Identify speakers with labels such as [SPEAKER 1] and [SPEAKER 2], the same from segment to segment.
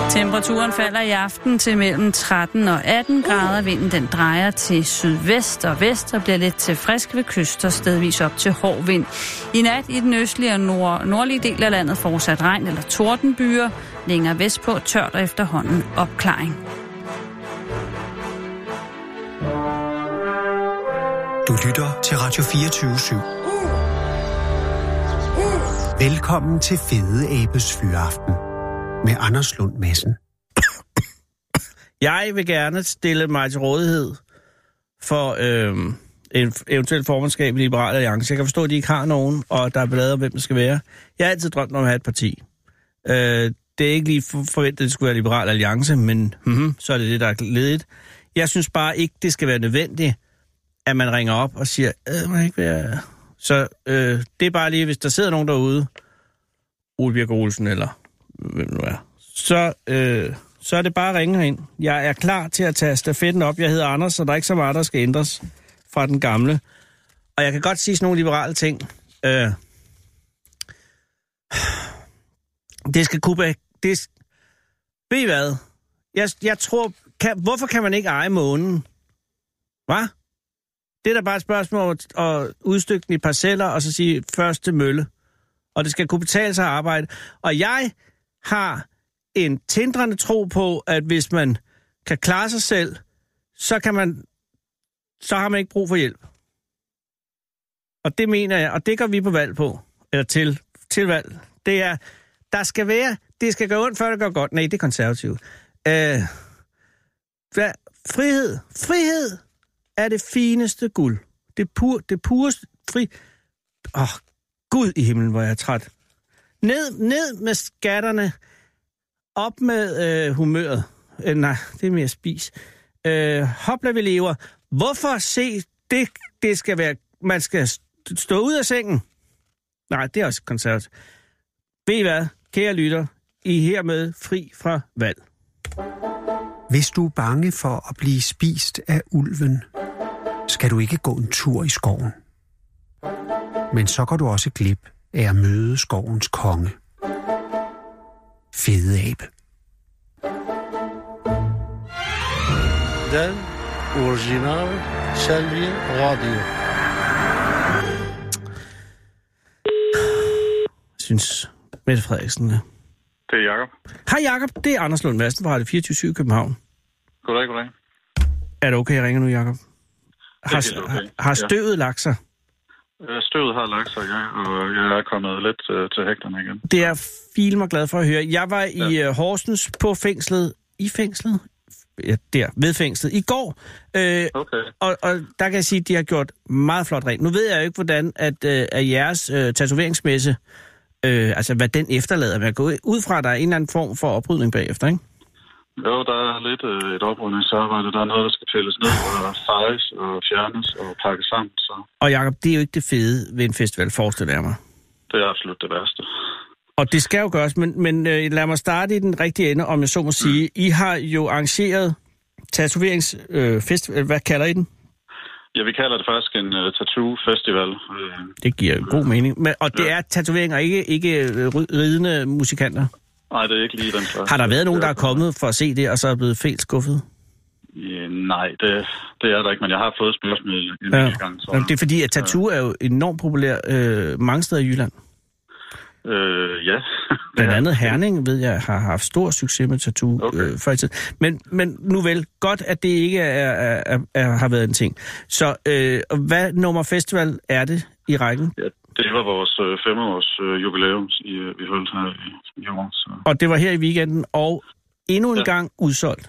[SPEAKER 1] Temperaturen falder i aften til mellem 13 og 18 grader. Vinden den drejer til sydvest og vest og bliver lidt til frisk ved kyster, stedvis op til hård vind. I nat i den østlige og nordlige del af landet fortsat regn eller tordenbyer. Længere vestpå tørt og efterhånden opklaring.
[SPEAKER 2] Du lytter til Radio 24/7. Velkommen til Fede Abes Fyraften med Anders Lund Madsen.
[SPEAKER 3] Jeg vil gerne stille mig til rådighed for en eventuel formandskab i Liberal Alliance. Jeg kan forstå, at de ikke har nogen, og der er ballade om, hvem det skal være. Jeg har altid drømt om at have et parti. Det er ikke lige forventet, at det skulle være Liberal Alliance, men så er det, der er ledigt. Jeg synes bare ikke, det skal være nødvendigt, at man ringer op og siger, må ikke være... Så det er bare lige, hvis der sidder nogen derude, Ole Birk Olsen eller hvem nu er, så er det bare at ringe herind. Jeg er klar til at tage stafetten op. Jeg hedder Anders, så der er ikke så meget, der skal ændres fra den gamle. Og jeg kan godt sige sådan nogle liberale ting. Det skal kunne... Ved I hvad? Jeg tror... Hvorfor kan man ikke eje månen? Hvad? Det er da bare et spørgsmål at udstykke den i parceller, og så sige først til mølle. Og det skal kunne betale sig at arbejde. Og jeg har en tindrende tro på, at hvis man kan klare sig selv, så har man ikke brug for hjælp. Og det mener jeg, og det går vi på valg på. Eller til valg. Det er, det skal gå ondt, før det går godt. Nej, det er konservativt. Frihed er det fineste guld. Det pureste fri... Gud i himlen, hvor jeg er træt. Ned med skatterne. Op med humøret. Nej, det er mere spis. Hopla, vi lever. Hvorfor se det skal være... Man skal stå ud af sengen? Nej, det er også konservativt. Ved I hvad, kære lytter? I er hermed fri fra valg.
[SPEAKER 2] Hvis du er bange for at blive spist af ulven, skal du ikke gå en tur i skoven. Men så går du også glip af at møde skovens konge. Fede Abe.
[SPEAKER 4] Den original Selvi Radio.
[SPEAKER 3] Synes Mette Frederiksen.
[SPEAKER 5] Det er Jakob.
[SPEAKER 3] Hej Jakob, det er Anders Lund Madsen fra Radio 24/7 København.
[SPEAKER 5] Goddag.
[SPEAKER 3] Er det okay, jeg ringer nu, Jakob? Har støvet lagt sig?
[SPEAKER 5] Støvet har lagt sig, ja, og jeg er kommet lidt til hægterne igen.
[SPEAKER 3] Det er jeg mig glad for at høre. Jeg var i Horsens på fængslet. I fængslet? Ja, ved fængslet. I går.
[SPEAKER 5] Okay.
[SPEAKER 3] Og der kan jeg sige, at de har gjort meget flot rent. Nu ved jeg jo ikke, hvordan at jeres tatoveringsmesse, altså hvad den efterlader. Men jeg går ud fra, at der er en eller anden form for oprydning bagefter, ikke?
[SPEAKER 5] Jo, der er lidt et oprydningsarbejde. Der er noget, der skal pilles ned og fejes og fjernes og pakkes sammen. Så.
[SPEAKER 3] Og Jakob, det er jo ikke det fede ved en festival, forestiller jeg mig.
[SPEAKER 5] Det er absolut det værste. Og
[SPEAKER 3] det skal jo gøres, men lad mig starte i den rigtige ende, om jeg så må sige. I har jo arrangeret tatoveringsfestival. Hvad kalder I den?
[SPEAKER 5] Ja, vi kalder det faktisk en tattoo-festival.
[SPEAKER 3] Det giver jo god mening. Og det er tatoveringer, ikke ridende musikanter?
[SPEAKER 5] Nej, det er ikke lige den slags.
[SPEAKER 3] Har der været nogen, der er kommet for at se det, og så er blevet helt skuffet?
[SPEAKER 5] Ja, nej, det er der ikke, men jeg har fået spørgsmål en gang. Så.
[SPEAKER 3] Det er fordi, at tattoo er jo enormt populær mange steder i Jylland.
[SPEAKER 5] Ja.
[SPEAKER 3] Blandt andet Herning, ved jeg, har haft stor succes med tattoo før i tiden. Men nu vel, godt at det ikke har været en ting. Så hvad nummer festival er det i rækken?
[SPEAKER 5] Ja, det var vores 5-års jubilæum, vi holdt her i år. Så.
[SPEAKER 3] Og det var her i weekenden, og endnu en gang udsolgt?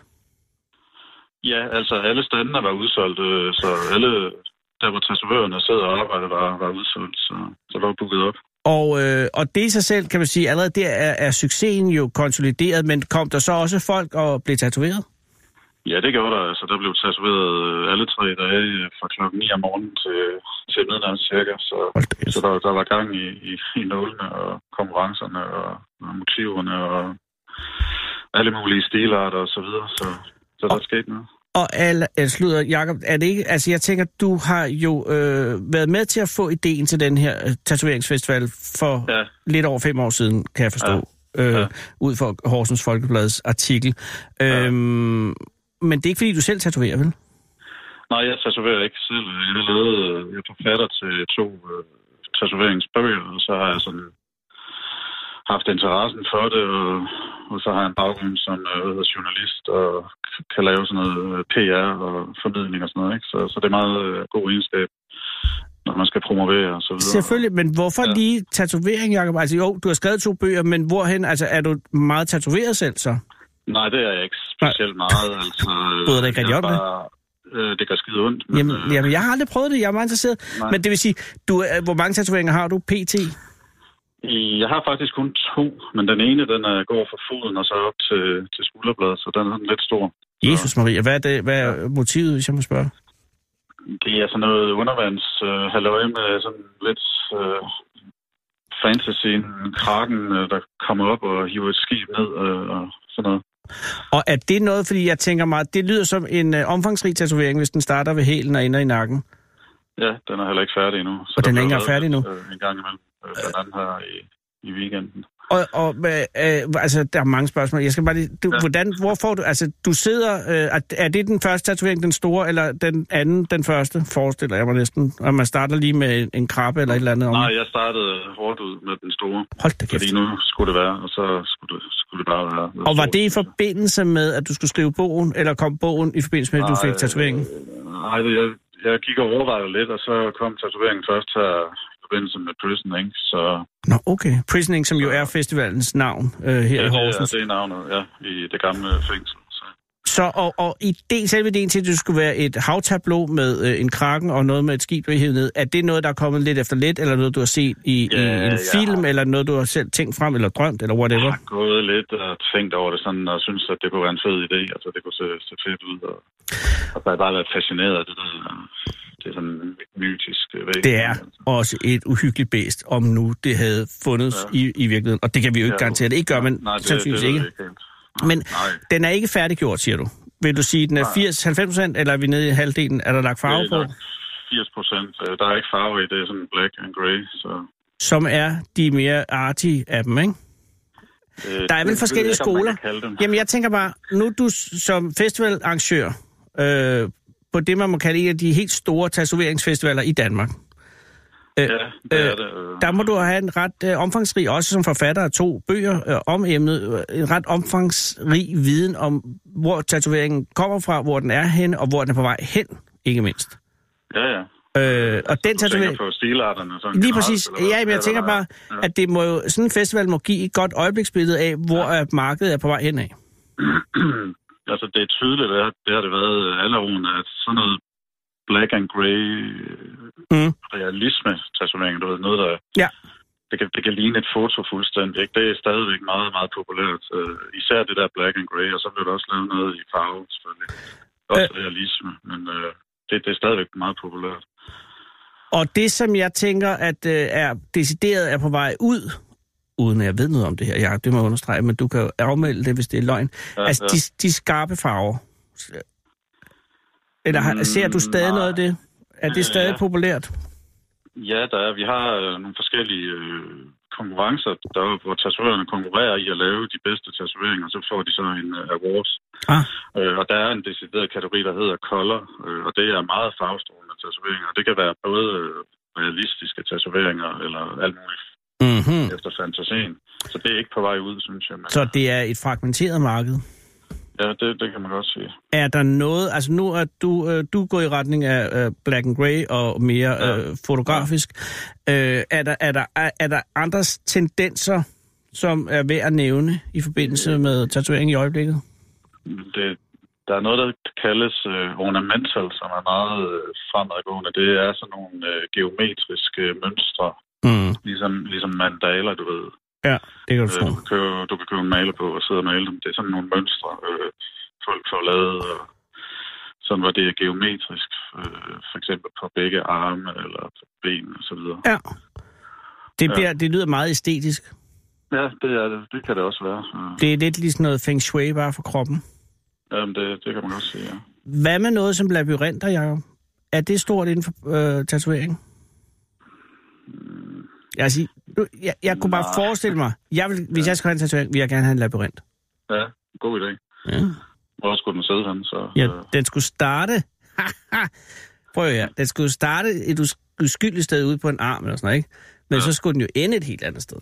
[SPEAKER 5] Ja, altså alle standene var udsolgt, så alle der hvor tatovørerne sidder og arbejder var udsolgt, så var booket op.
[SPEAKER 3] Og det i sig selv, kan man sige, allerede der er succesen jo konsolideret, men kom der så også folk og blev tatoveret?
[SPEAKER 5] Ja, det gjorde der. Altså, der blev tatoveret alle 3 dage fra klokken 9 om morgenen til midnat cirka. Så der var gang i nålene og konkurrencerne og motiverne og alle mulige stilarter og så videre. Så der skete noget.
[SPEAKER 3] Og Jakob, er det ikke... Altså, jeg tænker, du har jo været med til at få ideen til den her tatoveringsfestival for lidt over 5 år siden, kan jeg forstå. ud for Horsens Folkebladets artikel. Men det er ikke, fordi du selv tatoverer, vel?
[SPEAKER 5] Nej, jeg tatoverer ikke selv. Jeg er forfatter til 2 tatoveringsbøger, og så har jeg sådan haft interessen for det, og så har jeg en baggrund som journalist og kan lave sådan noget PR og formidling og sådan noget, ikke? Så det er meget god egenskab, når man skal promovere og så videre.
[SPEAKER 3] Selvfølgelig, men hvorfor lige tatovering, Jacob? Altså jo, du har skrevet 2 bøger, men hvorhen? Altså er du meget tatoveret selv så?
[SPEAKER 5] Nej, det er jeg ikke specielt meget. Altså,
[SPEAKER 3] bryder det ikke rigtig om det?
[SPEAKER 5] Det gør skide ondt. Men,
[SPEAKER 3] jamen, jeg har aldrig prøvet det. Jeg er meget interesseret. Nej. Men det vil sige, hvor mange tatoveringer har du pt?
[SPEAKER 5] Jeg har faktisk kun 2, men den ene, den går fra foden og så op til skulderbladet, så den er lidt stor.
[SPEAKER 3] Jesus Maria, hvad er motivet, hvis jeg må spørge?
[SPEAKER 5] Det er sådan noget undervands-halløj med sådan lidt fantasy, en kraken, der kommer op og hiver et skib ned og sådan noget.
[SPEAKER 3] Og er det noget, fordi jeg tænker meget, det lyder som en omfangsrig tatovering, hvis den starter ved hælen og ender i nakken?
[SPEAKER 5] Ja, den er heller ikke færdig endnu.
[SPEAKER 3] Og den er ikke engang færdig nu?
[SPEAKER 5] En gang imellem, blandt andet her i weekenden.
[SPEAKER 3] Og altså, der er mange spørgsmål. Jeg skal bare lige... hvor får du... Altså, du sidder... er det den første tatovering, den store, eller den anden, den første, forestiller jeg mig næsten? Og man starter lige med en krabbe eller et eller andet?
[SPEAKER 5] Nej, jeg startede hårdt ud med den store.
[SPEAKER 3] Hold da kæft.
[SPEAKER 5] Fordi nu skulle det være, og så skulle det bare være...
[SPEAKER 3] Og var det i forbindelse med, at du skulle skrive bogen, eller kom bogen i forbindelse med, at du fik tatoveringen?
[SPEAKER 5] Nej, jeg gik og overvejede lidt, og så kom tatoveringen først her i forbindelse med Prisoning, så...
[SPEAKER 3] Nå, okay. Prisoning, som jo er festivalens navn her i Horsens.
[SPEAKER 5] Ja, det er navnet, ja, i det gamle fængsel.
[SPEAKER 3] Så, og selve ideen til, at det skulle være et havtableau med en kraken og noget med et skib, der er hævet ned, er det noget, der er kommet lidt efter lidt, eller noget, du har set i en film, eller noget, du har selv tænkt frem, eller drømt, eller whatever?
[SPEAKER 5] Jeg har gået lidt og tænkt over det sådan, og synes, at det kunne være en fed idé, altså det kunne se fedt ud, og jeg er bare lidt fascineret af det der. Det er sådan mytisk væg.
[SPEAKER 3] Det er også et uhyggeligt bæst, om nu det havde fundet i virkeligheden, og det kan vi jo ikke garantere, det ikke gør, men sandsynligvis ikke. Men den er ikke færdiggjort, siger du. Vil du sige, at den er 80-90%, eller er vi nede i halvdelen? Er der lagt farve på?
[SPEAKER 5] 80%. Der er ikke farve i, det er sådan black and grey.
[SPEAKER 3] Som er de mere artige af dem, ikke? Der er vel forskellige skoler. Jamen, jeg tænker bare, nu du som festivalarrangør på det, man må kalde en af de helt store tatoveringsfestivaler i Danmark.
[SPEAKER 5] Ja, det er det.
[SPEAKER 3] Der må du have en ret omfangsrig, også som forfatter af 2 bøger om emnet, en ret omfangsrig viden om, hvor tatoveringen kommer fra, hvor den er henne, og hvor den er på vej hen, ikke mindst.
[SPEAKER 5] Ja.
[SPEAKER 3] Og den tatovering...
[SPEAKER 5] på stilarterne. Sådan
[SPEAKER 3] lige præcis. Ja, men jeg tænker bare, at det må jo, sådan en festival må give et godt øjebliksbillede af, hvor markedet er på vej hen af.
[SPEAKER 5] Altså, det er tydeligt, det har det været alle årene, at sådan noget black and grey realisme-tatovering, du ved, noget, der... Ja. Det kan ligne et foto fuldstændig, ikke? Det er stadigvæk meget, meget populært. Især det der black and grey, og så bliver der også lavet noget i farve, selvfølgelig. Også realisme, men det er stadigvæk meget populært.
[SPEAKER 3] Og det, som jeg tænker, at er decideret er på vej ud, uden at jeg ved noget om det her, ja, det må jeg understrege, men du kan jo afmelde det, hvis det er løgn. Ja, altså, de skarpe farver. Eller ser du stadig noget af det? Er det stadig populært?
[SPEAKER 5] Ja, vi har nogle forskellige konkurrencer, hvor tatovørerne konkurrerer i at lave de bedste tatoveringer, så får de så en awards. Og der er en decideret kategori, der hedder color, og det er meget farvestrålende tatoveringer. Det kan være både realistiske tatoveringer eller alt muligt efter fantasien. Så det er ikke på vej ud, synes jeg. Men...
[SPEAKER 3] Så det er et fragmenteret marked?
[SPEAKER 5] Ja, det kan man godt sige.
[SPEAKER 3] Er der noget, altså nu er du går i retning af black and grey og mere fotografisk. Er der andres tendenser, som er værd at nævne i forbindelse med tatovering i øjeblikket?
[SPEAKER 5] Der er noget, der kaldes ornamental, som er meget fremadgående. Det er sådan nogle geometriske mønstre, ligesom mandaler, du ved.
[SPEAKER 3] Ja, det kan du få.
[SPEAKER 5] Du kan købe en maler på og sidde og male dem. Det er sådan nogle mønstre, folk får lavet, sådan hvor det er geometrisk, for eksempel på begge arme eller ben og så videre. Ja,
[SPEAKER 3] det lyder meget æstetisk.
[SPEAKER 5] Ja, det er det. Det kan det også være.
[SPEAKER 3] Det er lidt ligesom noget feng shui bare for kroppen.
[SPEAKER 5] Jamen, det kan man også sige, ja.
[SPEAKER 3] Hvad med noget som labyrinter, Jacob? Er det stort inden for tatovering? Jeg kunne bare forestille mig, hvis jeg skal have en tatovering, vil jeg gerne have en labyrint.
[SPEAKER 5] Ja, god idé.
[SPEAKER 3] Ja.
[SPEAKER 5] Hvor skulle den sidde hen? Så,
[SPEAKER 3] Ja, den skulle starte... Prøv at høre. Den skulle starte et uskyldigt sted ude på en arm eller sådan noget, ikke? Men så skulle den jo ende et helt andet sted.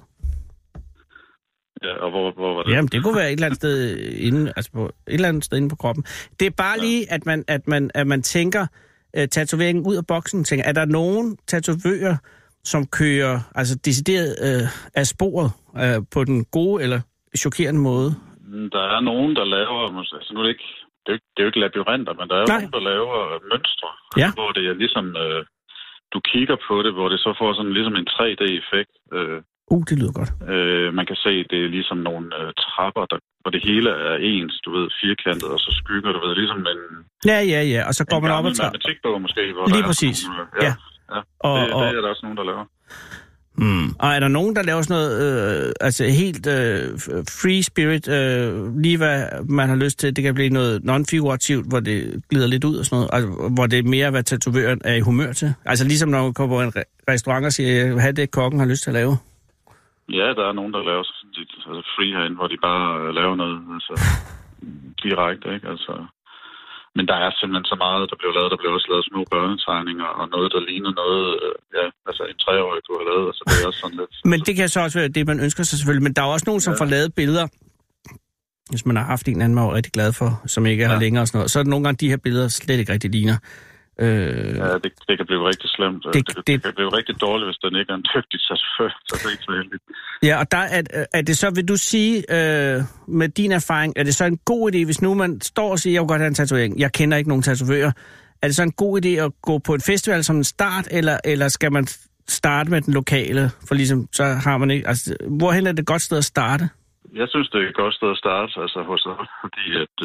[SPEAKER 5] Ja, og hvor var det?
[SPEAKER 3] Jamen, det kunne være et eller andet sted inde, altså på et eller andet sted inde på kroppen. Det er bare lige, at man tænker tatoveringen ud af boksen. Tænker, er der nogen tatovører, som kører altså decideret af sporet på den gode eller chokerende måde?
[SPEAKER 5] Der er nogen, der laver... Altså, nu er det ikke... Det er jo ikke labyrinter, men der er jo nogen, der laver mønstre, hvor det er ligesom, du kigger på det, hvor det så får sådan ligesom en 3D-effekt.
[SPEAKER 3] Det lyder godt.
[SPEAKER 5] Man kan se, det er ligesom nogle trapper, hvor det hele er ens, du ved, firkantet, og så skygger, du ved, ligesom en...
[SPEAKER 3] Ja, og så går man op og tager...
[SPEAKER 5] En matematikbog måske, hvor
[SPEAKER 3] lige
[SPEAKER 5] der
[SPEAKER 3] præcis.
[SPEAKER 5] Ja. Det er der også nogen, der laver.
[SPEAKER 3] Og er der nogen, der laver sådan noget, altså helt free spirit, lige hvad man har lyst til? Det kan blive noget non-figurativt, hvor det glider lidt ud og sådan noget, altså, hvor det er mere, hvad tatovøren er i humør til. Altså ligesom når man kommer på en restaurant og siger, hvad det kokken har lyst til at lave.
[SPEAKER 5] Ja, der er nogen, der laver altså free herinde, hvor de bare laver noget altså, direkte, ikke? Altså... Men der er simpelthen så meget, der bliver lavet. Der bliver også lavet små børnetegninger, og noget, der ligner noget, altså en 3-årig, du har lavet. Altså, det er også sådan lidt...
[SPEAKER 3] Men det kan så også være det, man ønsker sig selvfølgelig. Men der er også nogen, som får lavet billeder, hvis man har haft en anden, man er rigtig glad for, som ikke er her længere og sådan noget. Så er det nogle gange, de her billeder slet ikke rigtig ligner.
[SPEAKER 5] Ja, det kan blive rigtig slemt. Det kan blive rigtig dårligt, hvis den ikke er en dygtig tatovør. Så det er ikke så heldigt.
[SPEAKER 3] Ja, og der er det så, vil du sige, med din erfaring, er det så en god idé, hvis nu man står og siger, jeg vil godt have en tatovering, jeg kender ikke nogen tatovører, er det så en god idé at gå på en festival som en start, eller skal man starte med den lokale, for ligesom, så har man ikke, altså, hvorhen er det et godt sted at starte?
[SPEAKER 5] Jeg synes, det er et godt sted at starte, altså hos os, fordi at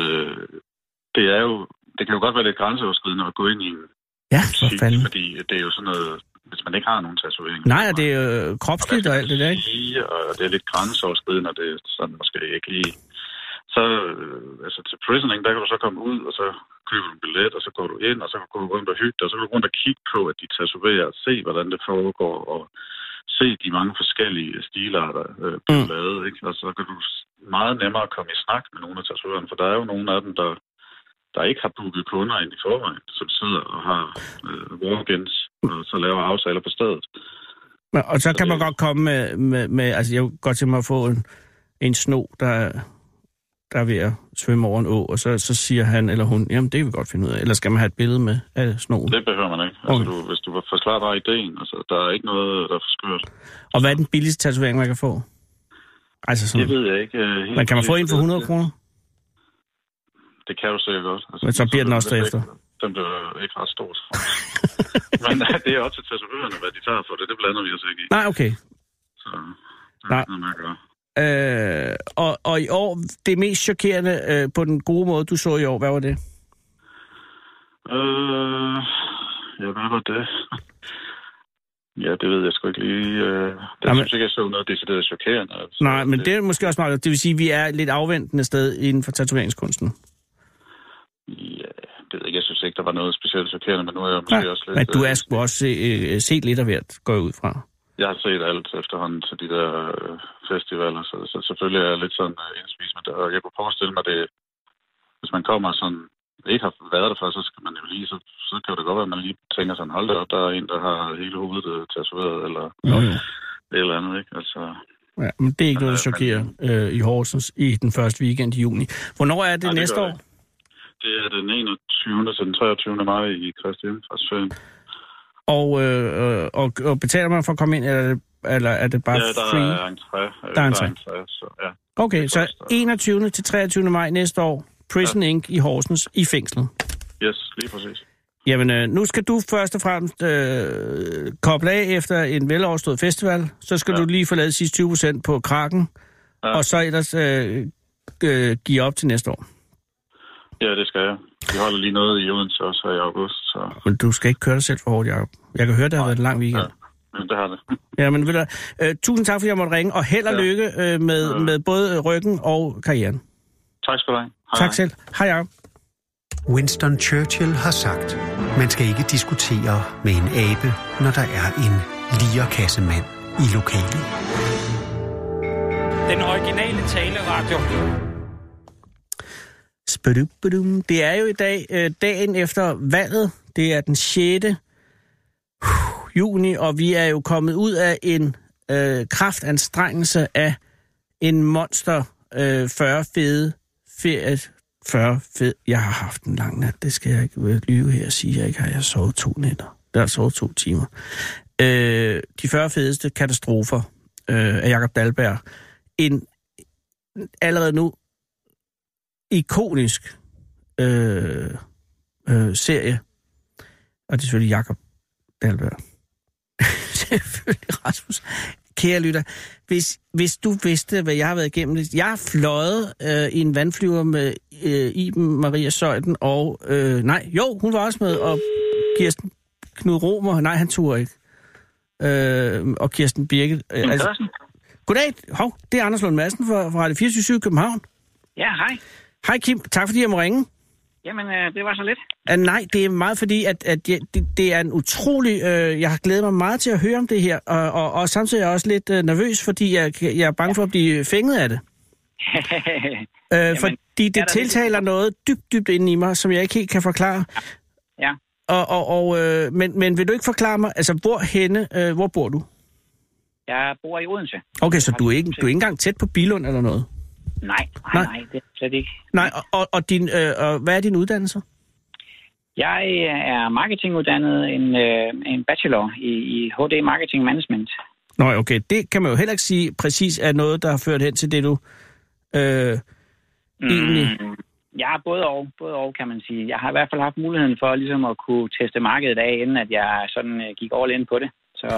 [SPEAKER 5] det kan jo godt være lidt grænseoverskridende at gå ind i en musik, fordi det er jo sådan noget, hvis man ikke har nogen tatovering.
[SPEAKER 3] Nej, og det er jo kropsligt og alt det der, ikke?
[SPEAKER 5] Og det er lidt grænseoverskridende, og det er sådan måske ikke lige... Så, altså til Prisoning, der kan du så komme ud, og så køber du en billet, og så går du ind, og så går du rundt og hygge dig, og så går du rundt og kigge på, at de tatoverer, og se, hvordan det foregår, og se de mange forskellige stilarter bliver lavet, ikke? Og så kan du meget nemmere komme i snak med nogle af tatovørerne, for der er jo nogle af dem, der ikke har booket kunder ind i forvejen, som sidder og har walk-ins, og så laver aftaler på stedet.
[SPEAKER 3] Og så kan man godt komme med altså jeg kunne godt tænke mig at få en sno, der er ved at svømme over en å, og så siger han eller hun, jamen det kan vi godt finde ud af. Eller skal man have et billede med af snoen?
[SPEAKER 5] Det behøver man ikke. Altså, hvis du forklarer dig ideen, altså der er ikke noget, der er for skørt.
[SPEAKER 3] Og hvad er den billigste tatovering, man kan få? Altså sådan,
[SPEAKER 5] det ved jeg ikke.
[SPEAKER 3] Men kan man få en for 100 kroner?
[SPEAKER 5] Det kan du sikkert godt. Altså,
[SPEAKER 3] men så bliver den også derefter?
[SPEAKER 5] Den bliver ikke ret stort. Men det er også til tatovørerne, hvad de tager for det. Det blander vi os ikke i.
[SPEAKER 3] Nej, okay.
[SPEAKER 5] Så det er ikke noget med at gøre.
[SPEAKER 3] Og i år, det mest chokerende på den gode måde, du så i år, hvad var det?
[SPEAKER 5] Ja, hvad var det? Ja, det ved jeg sgu ikke lige. Synes ikke, jeg så noget decideret chokerende. Altså,
[SPEAKER 3] nej, men det er måske også meget. Det vil sige, at vi er lidt afventende sted inden for tatoveringskunsten.
[SPEAKER 5] Ja, det ved jeg ikke. Jeg synes ikke, der var noget specielt chokerende, men nu er jeg måske også lidt...
[SPEAKER 3] Men du er sgu også set lidt af hvert, går jeg ud fra.
[SPEAKER 5] Jeg har set alt efterhånden til de der festivaler, så selvfølgelig er jeg lidt sådan indspist med det. Og jeg kunne forestille mig, det, hvis man kommer sådan, ikke har været der før, så skal man jo lige, så kan det godt være, at man lige tænker sådan, hold da op, der er en, der har hele hovedet tatoveret, eller et eller andet, ikke? Altså...
[SPEAKER 3] Ja, men det er ikke noget, der chokerer i Horsens i den første weekend i juni. Hvornår er det næste år?
[SPEAKER 5] Det er den 21. til den 23. maj i Kristi Himmelfartsferien.
[SPEAKER 3] Og betaler man for at komme ind, eller er det bare free?
[SPEAKER 5] Ja, der er entré.
[SPEAKER 3] Der er entré.
[SPEAKER 5] Så, ja.
[SPEAKER 3] Okay, så 21. til 23. maj næste år, Prison Inc. i Horsens i fængslet.
[SPEAKER 5] Yes, lige præcis.
[SPEAKER 3] Jamen, nu skal du først og fremmest koble af efter en veloverstået festival. Så skal du lige forlade sidste 20% på Kraken, og så ellers give op til næste år.
[SPEAKER 5] Ja, det skal jeg. Vi holder lige noget i Odense også her i august. Så.
[SPEAKER 3] Men du skal ikke køre dig selv for hårdt, Jacob. Jeg kan høre, det har været en lang weekend.
[SPEAKER 5] Ja, det har det.
[SPEAKER 3] Ja, men ved du, tusind tak, fordi jeg måtte ringe, og held og lykke med både ryggen og karrieren.
[SPEAKER 5] Tak skal du have. Hej.
[SPEAKER 3] Tak selv. Hej, Jacob.
[SPEAKER 2] Winston Churchill har sagt, man skal ikke diskutere med en abe, når der er en lierkassemand i lokalet.
[SPEAKER 6] Den originale taleradio.
[SPEAKER 3] Det er jo i dag dagen efter valget. Det er den 6. juni, og vi er jo kommet ud af en kraftanstrengelse af en monster 40 fede ferie. 40 fed. Jeg har haft en lang nat, det skal jeg ikke lyve her og sige. Jeg har sovet 2 nætter. Der har sovet 2 timer. De 40 fedeste katastrofer af Jakob Dahlberg. En allerede nu ikonisk serie. Og det er selvfølgelig Jakob Dahlberg. Selvfølgelig Rasmus. Kære lytter, hvis du vidste, hvad jeg har været igennem. Jeg har fløjet i en vandflyver med Iben Maria Søjden og... hun var også med, og Kirsten Knud Romer. Nej, han turde ikke. Og Kirsten Birke. Goddag. Det er Anders Lund Madsen fra Radio 24/7 i København.
[SPEAKER 7] Ja, hej.
[SPEAKER 3] Hej Kim, tak fordi jeg må ringe.
[SPEAKER 7] Jamen, det var så lidt.
[SPEAKER 3] Nej, det er meget fordi, at det er en utrolig... jeg har glædet mig meget til at høre om det her, og samtidig er jeg også lidt nervøs, fordi jeg er bange for at blive fænget af det. Jamen, fordi det tiltaler noget dybt inde i mig, som jeg ikke helt kan forklare.
[SPEAKER 7] Ja.
[SPEAKER 3] Men vil du ikke forklare mig, altså hvor bor du?
[SPEAKER 7] Jeg bor i Odense.
[SPEAKER 3] Okay, så du er ikke engang tæt på Billund eller noget?
[SPEAKER 7] Nej, det er slet ikke.
[SPEAKER 3] Nej, og hvad er din uddannelse?
[SPEAKER 7] Jeg er marketinguddannet, en bachelor i HD Marketing Management.
[SPEAKER 3] Nå, okay. Det kan man jo heller ikke sige præcis er noget, der har ført hen til det, du egentlig...
[SPEAKER 7] Ja, både og, kan man sige. Jeg har i hvert fald haft muligheden for ligesom at kunne teste markedet af, inden at jeg sådan gik all in på det.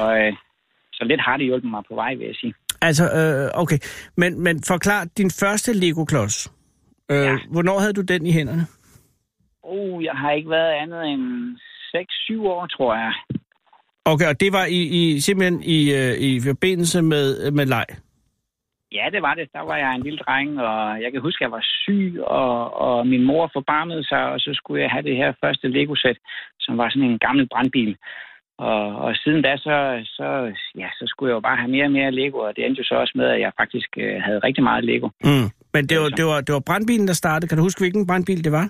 [SPEAKER 7] Så lidt har det hjulpet mig på vej, vil jeg sige.
[SPEAKER 3] Altså, okay. Men forklar, din første Lego-klods.
[SPEAKER 7] Ja.
[SPEAKER 3] Hvornår havde du den i hænderne?
[SPEAKER 7] Jeg har ikke været andet end 6-7 år, tror jeg. Okay,
[SPEAKER 3] og det var simpelthen i forbindelse med leg?
[SPEAKER 7] Ja, det var det. Der var jeg en lille dreng, og jeg kan huske, at jeg var syg, og min mor forbarmede sig, og så skulle jeg have det her første Lego-sæt, som var sådan en gammel brandbil. Og siden da, så skulle jeg jo bare have mere og mere Lego, og det endte jo så også med, at jeg faktisk havde rigtig meget Lego.
[SPEAKER 3] Men det var brandbilen, der startede. Kan du huske, hvilken brandbil det var?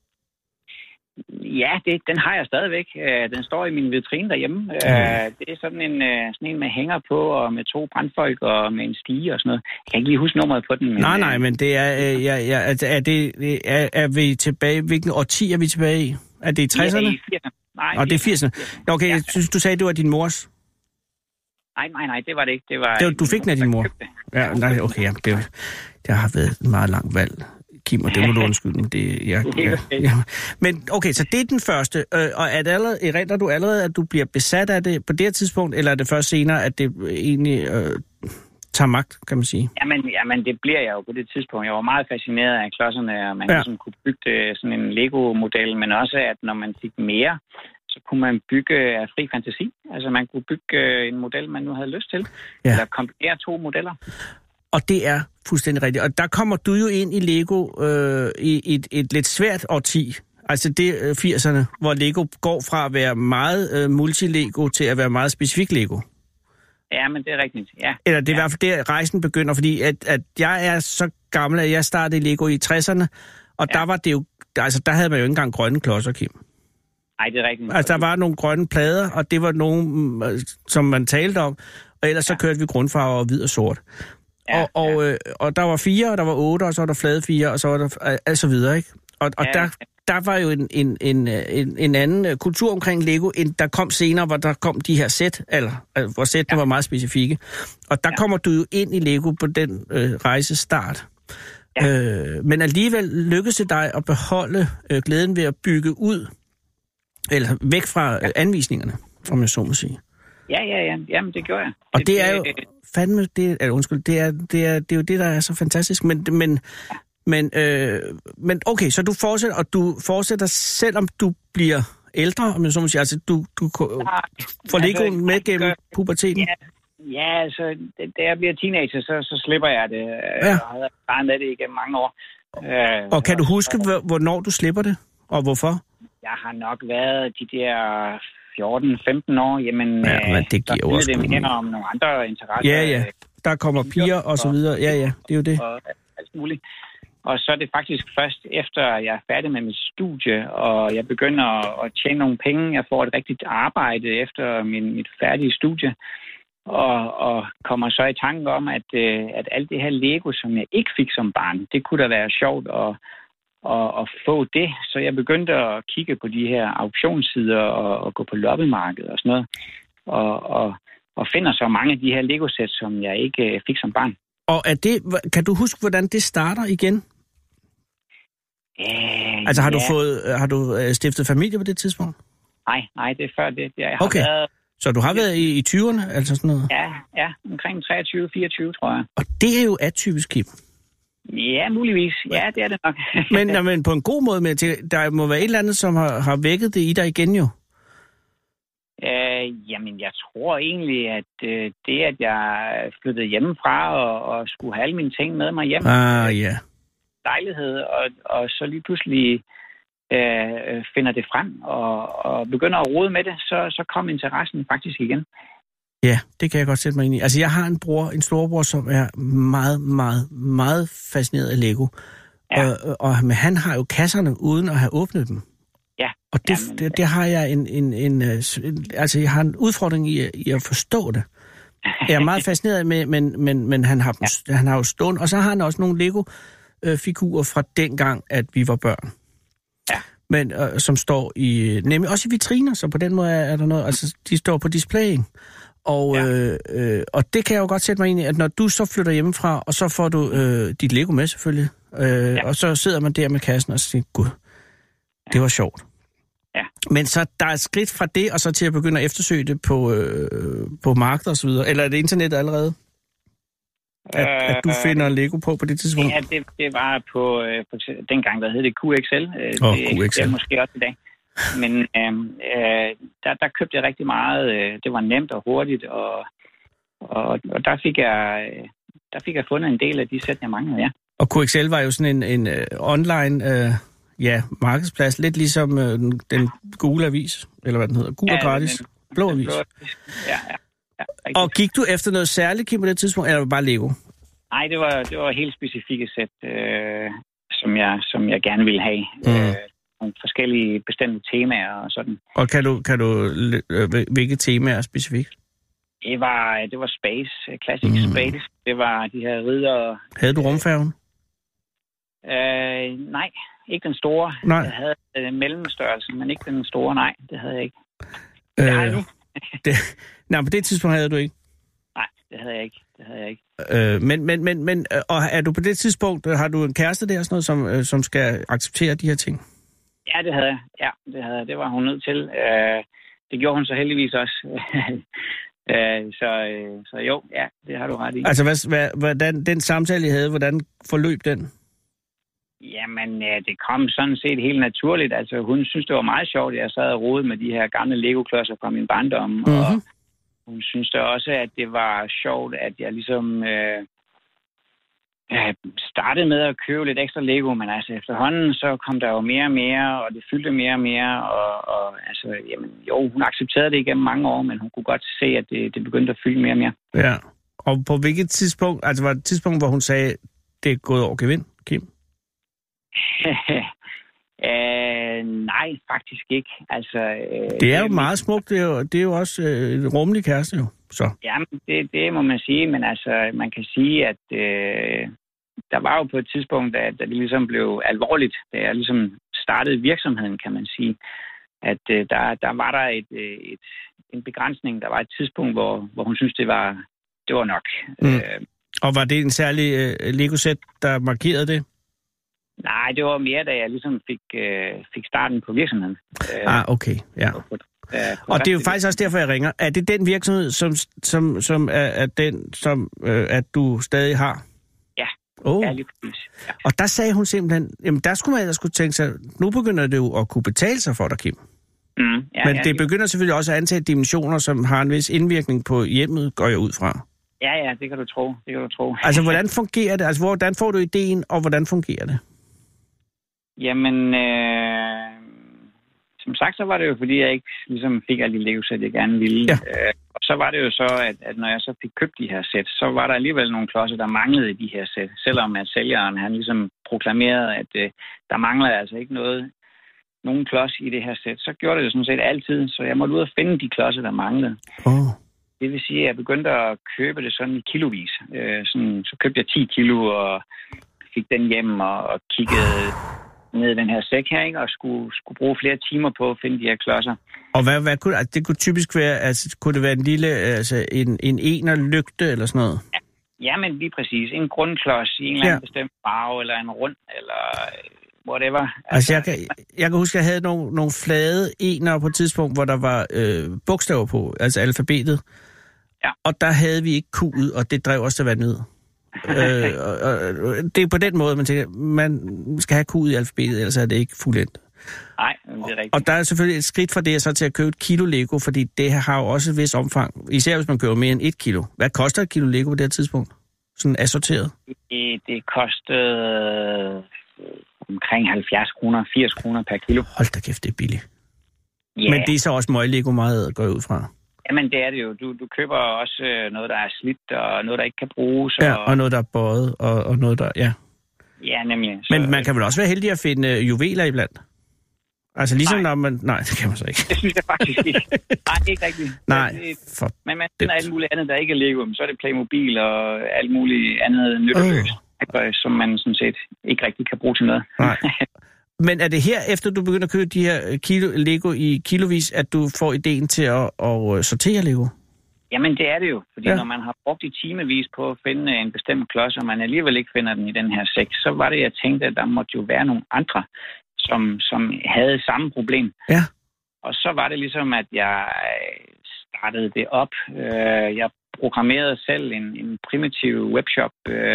[SPEAKER 7] Ja, den har jeg stadigvæk. Den står i min vitrine derhjemme. Det er sådan en med hænger på, og med 2 brandfolk, og med en stige og sådan noget. Jeg kan ikke lige huske nummeret på den. Men,
[SPEAKER 3] nej, men det er... Er vi tilbage... Hvilken årti er vi tilbage i? Er det i 60'erne?
[SPEAKER 7] Det er i 80'erne. Nej,
[SPEAKER 3] og det er 80'erne. Okay, jeg synes, du sagde, det var din mors.
[SPEAKER 7] Nej, det var det ikke.
[SPEAKER 3] Du fik den af din mor? Ja, nej, okay, ja. Det har været et meget langt valg, Kim, og det må du undskylde. Men okay, så det er den første. Og erindrer du allerede, at du bliver besat af det på det her tidspunkt, eller er det først senere, at det egentlig tager magt, kan man sige?
[SPEAKER 7] Jamen, det bliver jeg jo på det tidspunkt. Jeg var meget fascineret af klodserne, og man ligesom kunne bygge sådan en Lego-model, men også, at når man fik mere, så kunne man bygge af fri fantasi. Altså, man kunne bygge en model, man nu havde lyst til, eller kombinere 2 modeller.
[SPEAKER 3] Og det er fuldstændig rigtigt. Og der kommer du jo ind i Lego i et lidt svært årti. Altså det 80'erne, hvor Lego går fra at være meget multi-Lego til at være meget specifik Lego.
[SPEAKER 7] Ja, men det er rigtigt, ja.
[SPEAKER 3] Eller det er i hvert fald der, rejsen begynder, fordi at jeg er så gammel, at jeg startede i Lego i 60'erne, og der var det jo, altså der havde man jo ikke engang grønne klodser, Kim.
[SPEAKER 7] Nej, det er rigtigt.
[SPEAKER 3] Altså der var nogle grønne plader, og det var nogle, som man talte om, og ellers så kørte vi grundfarver og hvid og sort. Og der var 4, og der var 8, og så var der flade 4, og så var der altså videre, ikke? Og der var jo en anden kultur omkring Lego, end der kom senere, hvor der kom de her sæt, hvor sættene var meget specifikke. Og der kommer du jo ind i Lego på den rejsestart. Ja. Men alligevel lykkedes det dig at beholde glæden ved at bygge ud, eller væk fra anvisningerne, om jeg så må sige.
[SPEAKER 7] Ja. Jamen, det gjorde jeg.
[SPEAKER 3] Og det er jo fandme, det er jo det, der er så fantastisk. Men okay, så du fortsætter, selvom du bliver ældre, om jeg så må sige, altså du får Legoen med gennem puberteten?
[SPEAKER 7] Ja, altså, da jeg bliver teenager, så slipper jeg det. Jeg har været med det igennem mange år.
[SPEAKER 3] Og kan du huske, hvornår du slipper det, og hvorfor?
[SPEAKER 7] Jeg har nok været de der 14-15 år, jamen...
[SPEAKER 3] men det giver jo også
[SPEAKER 7] det mere om nogle andre interesser.
[SPEAKER 3] Ja. Der kommer piger og så videre. Ja, det er jo det.
[SPEAKER 7] Og alt muligt. Og så er det faktisk først efter, jeg er færdig med mit studie, og jeg begynder at tjene nogle penge. Jeg får et rigtigt arbejde efter mit færdige studie. Og kommer så i tanke om, at alt det her Lego, som jeg ikke fik som barn, det kunne da være sjovt at få det. Så jeg begyndte at kigge på de her auktionssider og gå på loppemarkedet og sådan noget. Og finder så mange af de her Lego-sæt, som jeg ikke fik som barn.
[SPEAKER 3] Og kan du huske, hvordan det starter igen? Altså har du stiftet familie på det tidspunkt?
[SPEAKER 7] Nej, det er før det. Jeg har
[SPEAKER 3] okay.
[SPEAKER 7] været...
[SPEAKER 3] Så du har været i 20'erne, altså sådan noget?
[SPEAKER 7] Ja, omkring 23-24, tror jeg.
[SPEAKER 3] Og det er jo atypisk, Kim.
[SPEAKER 7] Ja, muligvis. Ja, det er det nok.
[SPEAKER 3] men på en god måde, med der må være et eller andet, som har vækket det i dig igen jo.
[SPEAKER 7] Jamen, jeg tror egentlig, at det, at jeg flyttede hjemmefra og skulle have alle mine ting med mig hjem.
[SPEAKER 3] Ja.
[SPEAKER 7] Lejlighed, og så lige pludselig finder det frem og begynder at rode med det, så kom interessen faktisk igen.
[SPEAKER 3] Ja, det kan jeg godt sætte mig ind i. Altså, jeg har en storebror, som er meget, meget, meget fascineret af Lego. Ja. Men han har jo kasserne uden at have åbnet dem.
[SPEAKER 7] Ja.
[SPEAKER 3] Og det har jeg altså, jeg har en udfordring i at forstå det. Jeg er meget fascineret med, men han har jo stående, og så har han også nogle Lego-figurer fra dengang, at vi var børn.
[SPEAKER 7] Ja.
[SPEAKER 3] Men som står nemlig også i vitriner, så på den måde er der noget, altså de står på displaying. Og det kan jeg jo godt sætte mig ind i, at når du så flytter hjemmefra, og så får du dit Lego med selvfølgelig, og så sidder man der med kassen og siger, gud, det var sjovt.
[SPEAKER 7] Ja.
[SPEAKER 3] Men så der er et skridt fra det, og så til at begynde at eftersøge det på markeder og så videre, eller er det internet allerede? At du finder Lego på det tidspunkt?
[SPEAKER 7] Ja, det var på dengang, der hed det QXL.
[SPEAKER 3] QXL.
[SPEAKER 7] Det er måske også i dag. Men der købte jeg rigtig meget. Det var nemt og hurtigt, og der fik jeg fundet en del af de sæt, jeg manglede, ja.
[SPEAKER 3] Og QXL var jo sådan en online markedsplads, lidt ligesom den gule avis, eller hvad den hedder. Gul og gratis. Blå avis.
[SPEAKER 7] Ja.
[SPEAKER 3] Og gik du efter noget særligt, Kim, på det tidspunkt, eller var det bare Lego?
[SPEAKER 7] Nej, det var helt specifikke sæt, som jeg gerne ville have. Nogle forskellige bestemte temaer og sådan.
[SPEAKER 3] Og kan du hvilke temaer specifikt?
[SPEAKER 7] Det var Space, Classic Space. Det var de her ridder.
[SPEAKER 3] Havde du rumfærgen?
[SPEAKER 7] Nej, ikke den store.
[SPEAKER 3] Nej.
[SPEAKER 7] Jeg havde mellemstørrelsen, men ikke den store. Nej, det havde jeg ikke. Det har jeg nu.
[SPEAKER 3] Nej, på det tidspunkt havde du ikke?
[SPEAKER 7] Nej, det havde jeg ikke.
[SPEAKER 3] Men og er du på det tidspunkt, har du en kæreste der, sådan noget, som skal acceptere de her ting?
[SPEAKER 7] Ja, det havde jeg. Ja, det havde jeg. Det var hun nødt til. Det gjorde hun så heldigvis også. Så jo, ja, det har du ret i.
[SPEAKER 3] Altså, hvordan den samtale, I havde, hvordan forløb den?
[SPEAKER 7] Jamen, det kom sådan set helt naturligt. Altså, hun synes, det var meget sjovt, at jeg sad og rodede med de her gamle Lego-klodser fra min barndom. Mm-hmm. Og hun synes da også, at det var sjovt, at jeg ligesom startede med at købe lidt ekstra Lego. Men altså, efterhånden, så kom der jo mere og mere, og det fyldte mere og mere. Og altså, jamen, jo, hun accepterede det igennem mange år, men hun kunne godt se, at det begyndte at fylde mere og mere.
[SPEAKER 3] Ja, og på hvilket tidspunkt, altså var det et tidspunkt, hvor hun sagde, det er gået over gevind, Kim?
[SPEAKER 7] Nej, faktisk ikke. Altså,
[SPEAKER 3] det er jo meget smukt. Det er jo også et rummelig kæreste jo. Så.
[SPEAKER 7] Jamen, det må man sige. Men altså, man kan sige, at der var jo på et tidspunkt, da det ligesom blev alvorligt, da jeg ligesom startede virksomheden, kan man sige, at der var der en begrænsning. Der var et tidspunkt, hvor hun synes det var nok.
[SPEAKER 3] Og var det en særlig Lego-sæt, der markerede det?
[SPEAKER 7] Nej, det var mere, da jeg ligesom fik starten på virksomheden.
[SPEAKER 3] Okay, ja. Og det er jo faktisk også derfor, jeg ringer. Er det den virksomhed, som er den, som at du stadig har?
[SPEAKER 7] Ja, ja, lige præcis. Ja.
[SPEAKER 3] Og der sagde hun simpelthen, jamen der skulle man skulle tænke sig, nu begynder det jo at kunne betale sig for dig, Kim. Men det begynder selvfølgelig også at antage dimensioner, som har en vis indvirkning på hjemmet, går jeg ud fra.
[SPEAKER 7] Ja, det kan du tro.
[SPEAKER 3] Altså, hvordan fungerer det? Altså, hvordan får du ideen, og hvordan fungerer det?
[SPEAKER 7] Jamen, som sagt, så var det jo, fordi jeg ikke ligesom fik alle de Lego-sæt, jeg gerne ville.
[SPEAKER 3] Ja.
[SPEAKER 7] Og så var det jo så, at når jeg så fik købt de her sæt, så var der alligevel nogle klodser, der manglede i de her sæt. Selvom at sælgeren, han ligesom proklamerede, at der mangler altså ikke nogen klods i det her sæt, så gjorde det jo sådan set altid. Så jeg måtte ud og finde de klodser, der manglede. Det vil sige, at jeg begyndte at købe det sådan i kilovis. Så købte jeg 10 kilo og fik den hjem og kiggede ned i den her sæk her, ikke? Og skulle bruge flere timer på at finde de her klodser.
[SPEAKER 3] Og hvad kunne det kunne typisk være? Altså, kunne det være en lille, altså en enerlygte eller sådan noget?
[SPEAKER 7] Ja, men lige præcis. En grundklods i en eller anden bestemt farve, eller en rund, eller whatever.
[SPEAKER 3] Altså jeg kan huske, at jeg havde nogle flade ener på et tidspunkt, hvor der var bogstaver på, altså alfabetet. Ja. Og der havde vi ikke Q'et, og det drev også til vandet. Det er på den måde, man tænker, man skal have Q'et i alfabetet, ellers er det ikke fuldendt.
[SPEAKER 7] Nej, det er rigtigt.
[SPEAKER 3] Og der er selvfølgelig et skridt fra det så til at købe et kilo Lego, fordi det har jo også et vis omfang, især hvis man køber mere end 1 kilo. Hvad koster et kilo Lego på det her tidspunkt? Sådan assorteret?
[SPEAKER 7] Det kostede omkring 70 kroner, 80 kroner per kilo.
[SPEAKER 3] Hold da kæft, det er billigt.
[SPEAKER 7] Yeah.
[SPEAKER 3] Men det er så også møg-Lego meget går ud fra.
[SPEAKER 7] Jamen, det er det jo. Du køber også noget, der er slidt, og noget, der ikke kan bruges.
[SPEAKER 3] Ja, og noget, der er bøjet, og noget, der... Ja,
[SPEAKER 7] ja nemlig. Så,
[SPEAKER 3] men man kan vel også være heldig at finde juveler iblandt? Altså ligesom når man... Nej, det kan man så ikke.
[SPEAKER 7] Det synes jeg faktisk ikke. Nej, ikke rigtigt.
[SPEAKER 3] Nej,
[SPEAKER 7] men man finder alt muligt andet, der ikke er Lego. Så er det Playmobil og alt muligt andet nytteløst, som man sådan set ikke rigtig kan bruge til noget.
[SPEAKER 3] Nej. Men er det her, efter du begynder at købe de her Lego i kilovis, at du får ideen til at sortere Lego?
[SPEAKER 7] Jamen, det er det jo. Fordi når man har brugt i timevis på at finde en bestemt klods, og man alligevel ikke finder den i den her sæk, så var det, jeg tænkte, at der måtte jo være nogle andre, som havde samme problem. Ja. Og så var det ligesom, at jeg startede det op. Jeg programmerede selv en primitiv webshop.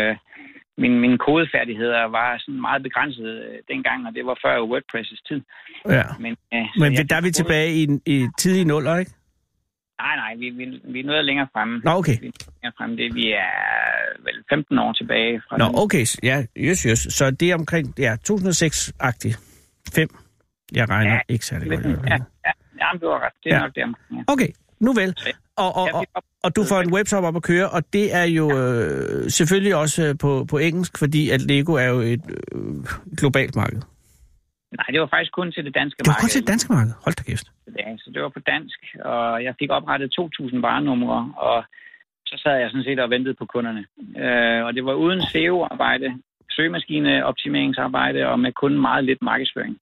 [SPEAKER 7] Mine kodefærdigheder var sådan meget begrænset dengang, og det var før WordPress' tid. Ja. Men
[SPEAKER 3] der er vi tilbage i tidlige nuller, ikke?
[SPEAKER 7] Nej, vi er noget længere fremme.
[SPEAKER 3] Nå, okay.
[SPEAKER 7] Vi er vel 15 år tilbage fra.
[SPEAKER 3] Nå, okay. Ja, yes. Så det er omkring 2006-agtigt. 5. Jeg regner ikke særlig godt.
[SPEAKER 7] Ja, du har ret. Det er nok det omkring.
[SPEAKER 3] Ja. Okay, nu vel. Og du får en webshop op at køre, og det er jo selvfølgelig også på engelsk, fordi at Lego er jo et globalt marked.
[SPEAKER 7] Nej, det var faktisk kun til det danske marked.
[SPEAKER 3] Det var kun til det danske marked? Hold da kæft.
[SPEAKER 7] Så det var på dansk, og jeg fik oprettet 2.000 varenumre, og så sad jeg sådan set og ventede på kunderne. Og det var uden SEO-arbejde, søgemaskineoptimeringsarbejde, og med kun meget lidt markedsføring.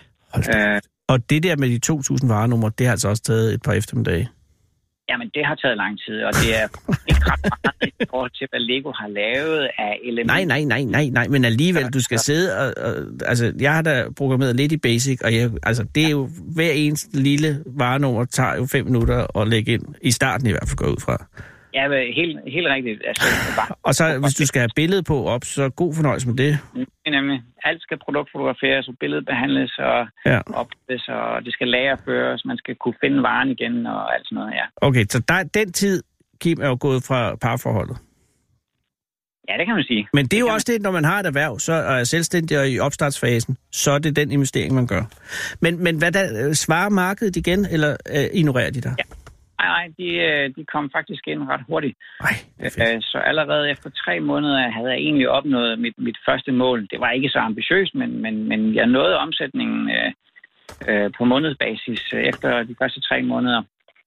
[SPEAKER 3] Og det der med de 2.000 varenumre, det har altså også taget et par eftermiddage?
[SPEAKER 7] Jamen, det har taget lang tid, og det er ikke ret meget i forhold til, hvad Lego har lavet af elementer.
[SPEAKER 3] Nej, men alligevel, du skal sidde og altså, jeg har da programmeret lidt i Basic, og det er jo, hver eneste lille varenummer tager jo 5 minutter at lægge ind, i starten i hvert fald går ud fra.
[SPEAKER 7] Ja, helt rigtigt. Altså,
[SPEAKER 3] og så, hvis du skal have billedet på op, så god fornøjelse med det.
[SPEAKER 7] Nemlig. Alt skal produktfotograferes, og billedet behandles, og opleves, og det skal lagerføres, man skal kunne finde varen igen, og alt sådan noget, ja.
[SPEAKER 3] Okay, så den tid, Kim, er jo gået fra parforholdet.
[SPEAKER 7] Ja, det kan man sige.
[SPEAKER 3] Men det er jo også det, når man har et erhverv, så er selvstændig og i opstartsfasen, så er det den investering, man gør. Men hvad der svarer markedet igen, eller ignorerer de dig? Ja.
[SPEAKER 7] Nej, de kom faktisk ind ret hurtigt. Så allerede efter 3 måneder havde jeg egentlig opnået mit første mål. Det var ikke så ambitiøst, men jeg nåede omsætningen på månedsbasis efter de første 3 måneder.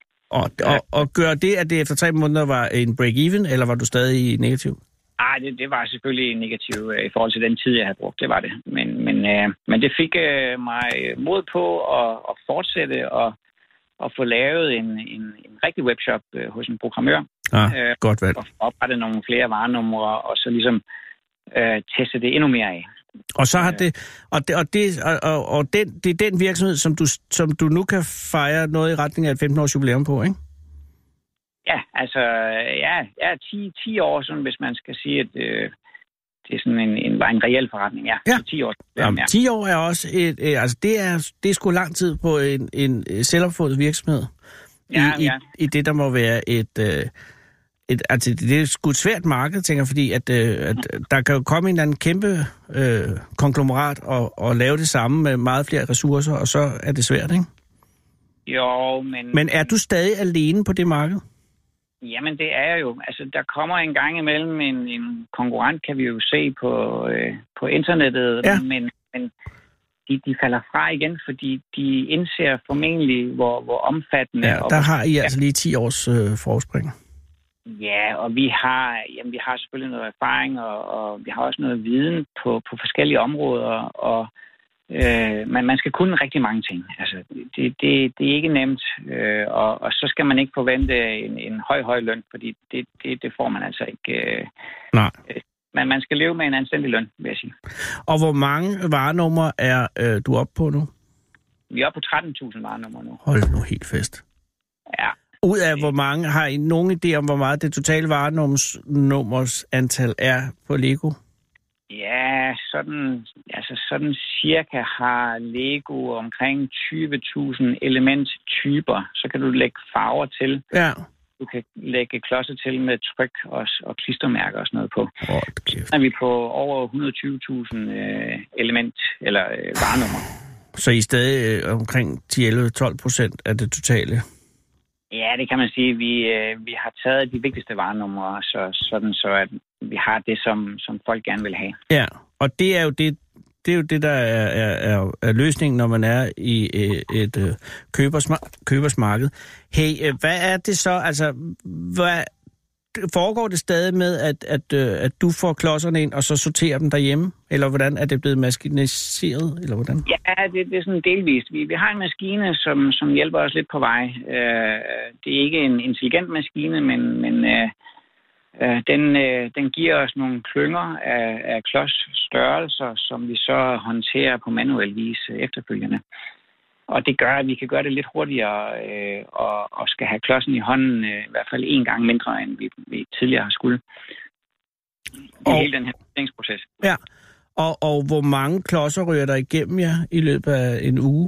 [SPEAKER 3] Og gør det, at det efter 3 måneder var en break-even, eller var du stadig negativ?
[SPEAKER 7] Nej, det var selvfølgelig negativt i forhold til den tid, jeg havde brugt. Det var det. Men det fik mig mod på at fortsætte og få lavet en rigtig webshop hos en programmør.
[SPEAKER 3] Godt valg.
[SPEAKER 7] Og oprette nogle flere varenumre, og så ligesom teste det endnu mere af.
[SPEAKER 3] Og så har det er den virksomhed, som du nu kan fejre noget i retning af et 15-års jubilæum på, ikke?
[SPEAKER 7] Ja, altså 10 år, sådan, hvis man skal sige, at det er sådan var en reel forretning, ja. Så 10 år.
[SPEAKER 3] Jamen, 10 år er også det er sgu lang tid på en selvopfundet virksomhed. I det, der må være det er sgu et svært marked, tænker jeg, fordi at der kan jo komme en eller anden kæmpe konglomerat og lave det samme med meget flere ressourcer, og så er det svært, ikke?
[SPEAKER 7] Jo, men...
[SPEAKER 3] Men er du stadig alene på det marked?
[SPEAKER 7] Jamen, det er jeg jo. Altså, der kommer en gang imellem en konkurrent, kan vi jo se på internettet, ja. Men de falder fra igen, fordi de indser formentlig, hvor omfattende...
[SPEAKER 3] Ja, der har I altså lige 10 års forspring.
[SPEAKER 7] Ja, og vi har selvfølgelig noget erfaring, og vi har også noget viden på forskellige områder, og man skal kunne rigtig mange ting. Altså, det er ikke nemt, og så skal man ikke forvente en høj løn, fordi det får man altså ikke.
[SPEAKER 3] Nej.
[SPEAKER 7] Men man skal leve med en anstændig løn, vil jeg sige. Og
[SPEAKER 3] hvor mange varenumre er du oppe på nu?
[SPEAKER 7] Vi er oppe på 13.000 varenumre nu.
[SPEAKER 3] Hold nu helt fast.
[SPEAKER 7] Ja.
[SPEAKER 3] Ud af hvor mange, har I nogen idé om, hvor meget det totale varenummers antal er på Lego?
[SPEAKER 7] Ja, sådan cirka har Lego omkring 20.000 elementtyper. Så kan du lægge farver til.
[SPEAKER 3] Ja.
[SPEAKER 7] Du kan lægge klodser til med tryk og klistermærker og sådan noget på.
[SPEAKER 3] Så
[SPEAKER 7] er vi på over 120.000 element eller varenummer.
[SPEAKER 3] Så I er stadig omkring 10-11-12% af det totale?
[SPEAKER 7] Ja, det kan man sige. Vi har taget de vigtigste varenumre, så at vi har det, som folk gerne vil have. Ja,
[SPEAKER 3] og det er jo det, der er løsningen, når man er i et købersmarked. Hey, hvad er det så? Altså, foregår det stadig med, at du får klodserne ind, og så sorterer dem derhjemme? Eller hvordan er det blevet maskiniseret? Eller hvordan?
[SPEAKER 7] Ja, det er sådan delvist. Vi har en maskine, som hjælper os lidt på vej. Det er ikke en intelligent maskine, men den giver os nogle klynger af klodsstørrelser, som vi så håndterer på manuel vis efterfølgende. Og det gør, at vi kan gøre det lidt hurtigere og skal have klodsen i hånden i hvert fald en gang mindre, end vi tidligere har skulle. I hele den her proces.
[SPEAKER 3] Ja, og hvor mange klodser ryger der igennem jer i løbet af en uge?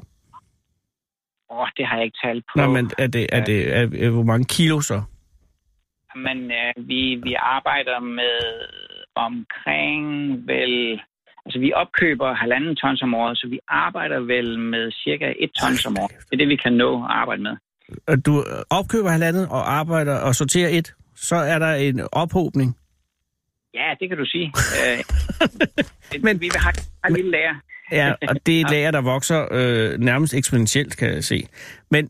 [SPEAKER 7] Det har jeg ikke talt på.
[SPEAKER 3] Nå, men er hvor mange kilo så?
[SPEAKER 7] Men vi arbejder med omkring vel... Altså, vi opkøber 1,5 tons om året, så vi arbejder vel med cirka 1 tons om året. Det er det, vi kan nå at arbejde med.
[SPEAKER 3] Du opkøber 1,5 og arbejder og sorterer 1, så er der en ophobning?
[SPEAKER 7] Ja, det kan du sige. Men vi vil have et lille lager.
[SPEAKER 3] Ja, og det er et lager, der vokser nærmest eksponentielt, kan jeg se. Men